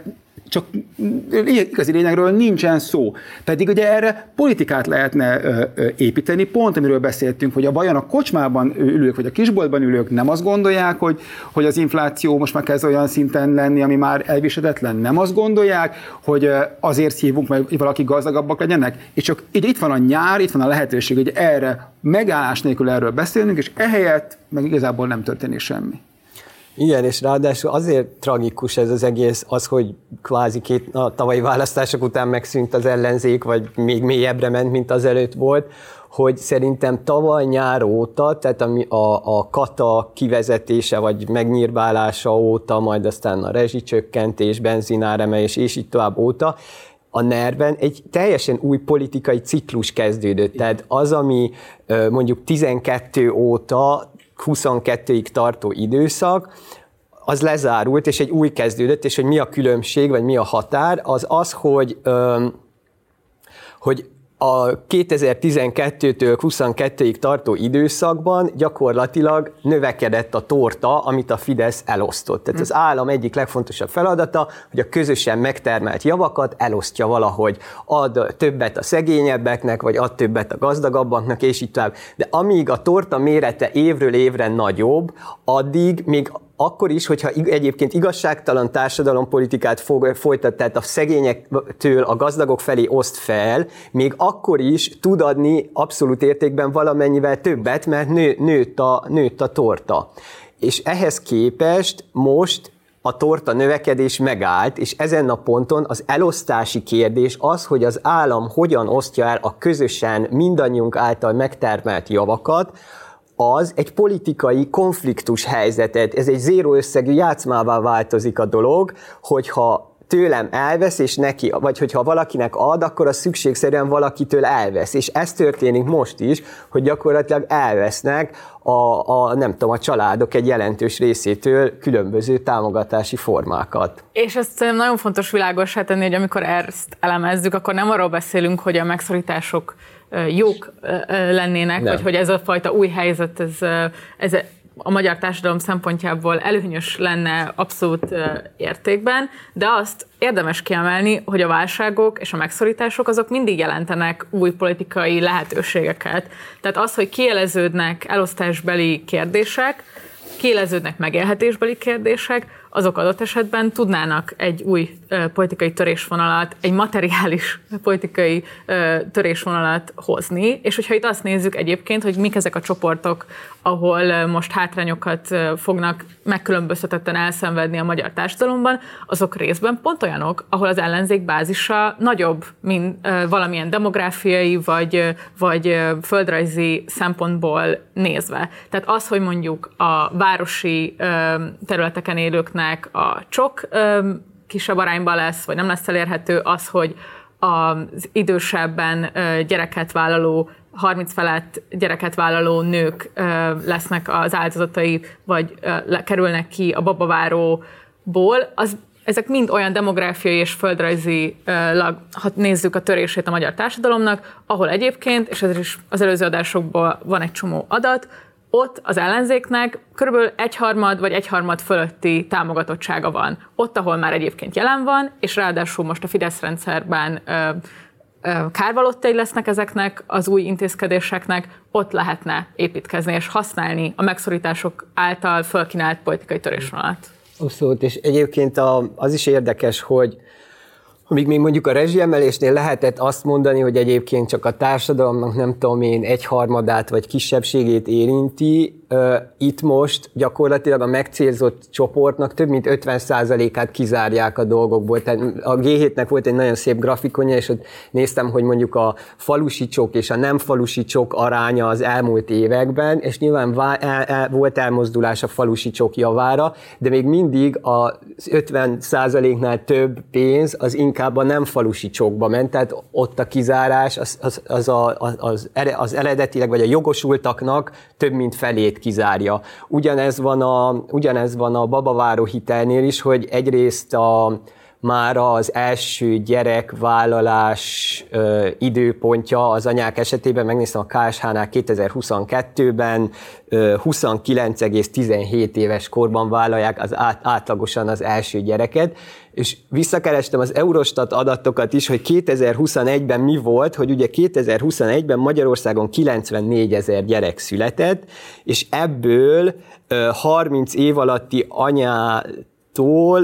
lényegről nincsen szó. Pedig ugye erre politikát lehetne építeni, pont amiről beszéltünk, hogy vajon a kocsmában ülők, vagy a kisboltban ülők nem azt gondolják, hogy az infláció most már kezd olyan szinten lenni, ami már elviselhetetlen, nem azt gondolják, hogy azért szívunk, hogy valaki gazdagabbak legyenek, és csak itt van a nyár, itt van a lehetőség, hogy erre megállás nélkül erről beszélnünk, és ehelyett meg igazából nem történik semmi. Igen, és ráadásul azért tragikus ez az egész, az, hogy kvázi a tavalyi választások után megszűnt az ellenzék, vagy még mélyebbre ment, mint azelőtt volt, hogy szerintem tavaly nyár óta, tehát a kata kivezetése, vagy megnyírválása óta, majd aztán a rezsicsökkentés, benzináremelés, és így tovább óta, a NER-ben egy teljesen új politikai ciklus kezdődött. Tehát az, ami mondjuk 12 óta 22-ig tartó időszak, az lezárult, és egy új kezdődött, és hogy mi a különbség, vagy mi a határ, az, hogy a 2012-től 22-ig tartó időszakban gyakorlatilag növekedett a torta, amit a Fidesz elosztott. Tehát az állam egyik legfontosabb feladata, hogy a közösen megtermelt javakat elosztja valahogy. Ad többet a szegényebbeknek, vagy ad többet a gazdagabbaknak, és így tovább. De amíg a torta mérete évről évre nagyobb, addig még akkor is, hogyha egyébként igazságtalan társadalompolitikát folytat, tehát a szegényektől a gazdagok felé oszt fel, még akkor is tud adni abszolút értékben valamennyivel többet, mert nőtt a torta. És ehhez képest most a torta növekedés megállt, és ezen a ponton az elosztási kérdés az, hogy az állam hogyan osztja el a közösen mindannyiunk által megtermelt javakat, az egy politikai konfliktus helyzetet, ez egy zéró összegű játszmává változik a dolog, hogyha tőlem elvesz, és neki, vagy hogyha valakinek ad, akkor az szükségszerűen valakitől elvesz. És ez történik most is, hogy gyakorlatilag elvesznek a családok egy jelentős részétől különböző támogatási formákat. És ezt nagyon fontos világossá tenni, hogy amikor ezt elemezzük, akkor nem arról beszélünk, hogy a megszorítások jók lennének, vagy hogy ez a fajta új helyzet, ez a magyar társadalom szempontjából előnyös lenne abszolút értékben, de azt érdemes kiemelni, hogy a válságok és a megszorítások azok mindig jelentenek új politikai lehetőségeket. Tehát az, hogy kiéleződnek elosztásbeli kérdések, kiéleződnek megélhetésbeli kérdések, azok adott esetben tudnának egy új politikai törésvonalat, egy materiális politikai törésvonalat hozni, és hogyha itt azt nézzük egyébként, hogy mik ezek a csoportok, ahol most hátrányokat fognak megkülönböztetetten elszenvedni a magyar társadalomban, azok részben pont olyanok, ahol az ellenzék bázisa nagyobb, mint valamilyen demográfiai vagy földrajzi szempontból nézve. Tehát az, hogy mondjuk a városi területeken élőknek a csok kisebb arányban lesz, vagy nem lesz elérhető, az, hogy az idősebben gyereket vállaló 30 felett gyereket vállaló nők lesznek az áldozatai, vagy kerülnek ki a babaváróból, ezek mind olyan demográfiai és földrajzilag, ha nézzük a törését a magyar társadalomnak, ahol egyébként, és ez is az előző adásokból van egy csomó adat, ott az ellenzéknek körülbelül 1/3 vagy 1/3 fölötti támogatottsága van. Ott, ahol már egyébként jelen van, és ráadásul most a Fidesz rendszerben kárvalottai lesznek ezeknek az új intézkedéseknek, ott lehetne építkezni és használni a megszorítások által fölkínált politikai törésvonalat. Abszolút, és egyébként az is érdekes, hogy amíg még mondjuk a rezsiemelésnél lehetett azt mondani, hogy egyébként csak a társadalomnak nem tudom én 1/3 vagy kisebbségét érinti, itt most gyakorlatilag a megcélzott csoportnak több mint 50%-át kizárják a dolgokból. Tehát a G7-nek volt egy nagyon szép grafikonja, és ott néztem, hogy mondjuk a falusi csok és a nem falusi csok aránya az elmúlt években, és nyilván volt elmozdulás a falusi csok javára, de még mindig az 50%-nál több pénz az inkább a nem falusi csokba ment, tehát ott a kizárás az eredetileg, vagy a jogosultaknak több mint felét kizárja. Ugyanez van a babaváró hitelnél is, hogy egyrészt mára az első gyerekvállalás időpontja az anyák esetében, megnéztem a KSH-nál 2022-ben 29,17 éves korban vállalják átlagosan az első gyereket, és visszakerestem az Eurostat adatokat is, hogy 2021-ben mi volt, hogy ugye 2021-ben Magyarországon 94 000 gyerek született, és ebből 30 év alatti anyától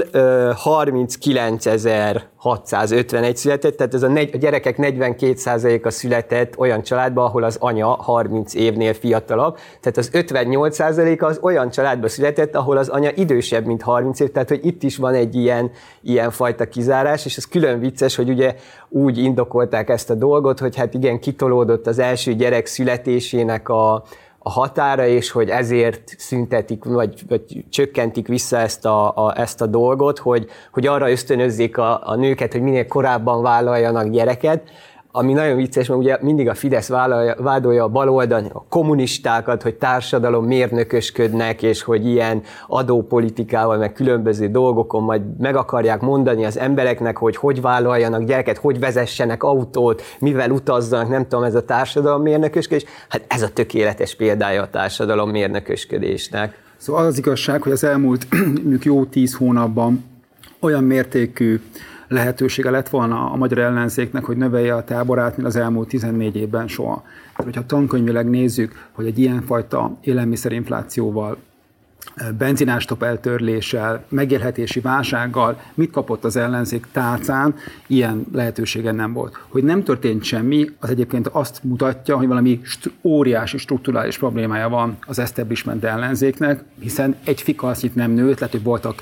39.651 született, tehát ez a gyerekek 42%-a született olyan családba, ahol az anya 30 évnél fiatalabb, tehát az 58%-a az olyan családba született, ahol az anya idősebb, mint 30 év, tehát hogy itt is van egy ilyen fajta kizárás, és ez külön vicces, hogy ugye úgy indokolták ezt a dolgot, hogy hát igen, kitolódott az első gyerek születésének a határa, és hogy ezért szüntetik, vagy csökkentik vissza ezt a dolgot, hogy arra ösztönözzék a nőket, hogy minél korábban vállaljanak gyereket, ami nagyon vicces, mert ugye mindig a Fidesz vádolja a baloldalon a kommunistákat, hogy társadalom mérnökösködnek, és hogy ilyen adópolitikával, meg különböző dolgokon majd meg akarják mondani az embereknek, hogy vállaljanak gyereket, hogy vezessenek autót, mivel utazzanak, nem tudom, ez a társadalom mérnökösködés. Hát ez a tökéletes példája a társadalom mérnökösködésnek. Szóval az igazság, hogy az elmúlt jó 10 hónapban olyan mértékű lehetősége lett volna a magyar ellenzéknek, hogy növelje a táborát, mint az elmúlt 14 évben soha. Tehát, hogyha tankönyvileg nézzük, hogy egy ilyenfajta élelmiszerinflációval, benzinástop eltörléssel, megélhetési válsággal mit kapott az ellenzék tálcán, ilyen lehetősége nem volt. Hogy nem történt semmi, az egyébként azt mutatja, hogy valami óriási strukturális problémája van az establishment ellenzéknek, hiszen egy fikalszit nem nőtt, lehet, hogy voltak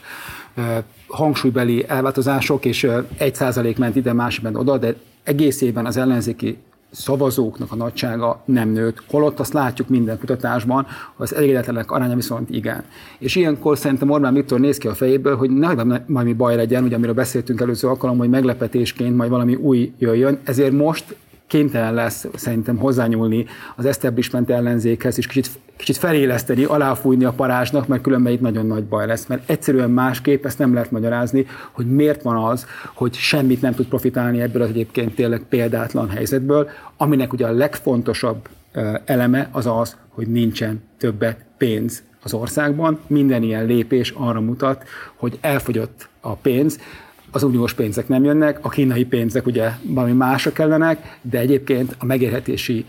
hangsúlybeli elváltozások, és 1% ment ide, másik ment oda, de egész évben az ellenzéki szavazóknak a nagysága nem nőtt, holott azt látjuk minden kutatásban, az elégedetlenek aránya viszont igen. És ilyenkor szerintem Orbán Viktor néz ki a fejéből, hogy nehogy valami baj legyen, ugye amiről beszéltünk előző alkalommal, hogy meglepetésként majd valami új jöjjön, ezért most kénytelen lesz szerintem hozzányúlni az establishment ellenzékhez, és kicsit feléleszteni, aláfújni a parázsnak, mert különben itt nagyon nagy baj lesz, mert egyszerűen másképp ezt nem lehet magyarázni, hogy miért van az, hogy semmit nem tud profitálni ebből az egyébként tényleg példátlan helyzetből, aminek ugye a legfontosabb eleme az az, hogy nincsen többet pénz az országban. Minden ilyen lépés arra mutat, hogy elfogyott a pénz, az uniós pénzek nem jönnek, a kínai pénzek ugye valami másra kellenek, de egyébként a megélhetési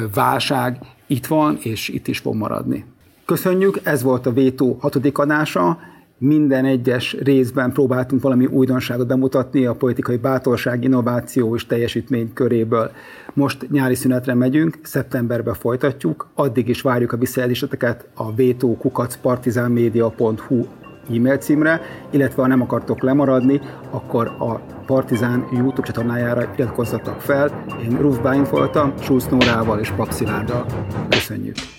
válság itt van, és itt is fog maradni. Köszönjük, ez volt a Vétó 6. adása. Minden egyes részben próbáltunk valami újdonságot bemutatni a politikai bátorság, innováció és teljesítmény köréből. Most nyári szünetre megyünk, szeptemberben folytatjuk, addig is várjuk a visszajelzéseteket a veto@partizanmedia.hu e-mail címre, illetve ha nem akartok lemaradni, akkor a Partizán YouTube csatornájára iratkozzatok fel. Én Ruf Bálint voltam, Schulz Nórával és Pap Szilárddal. Köszönjük!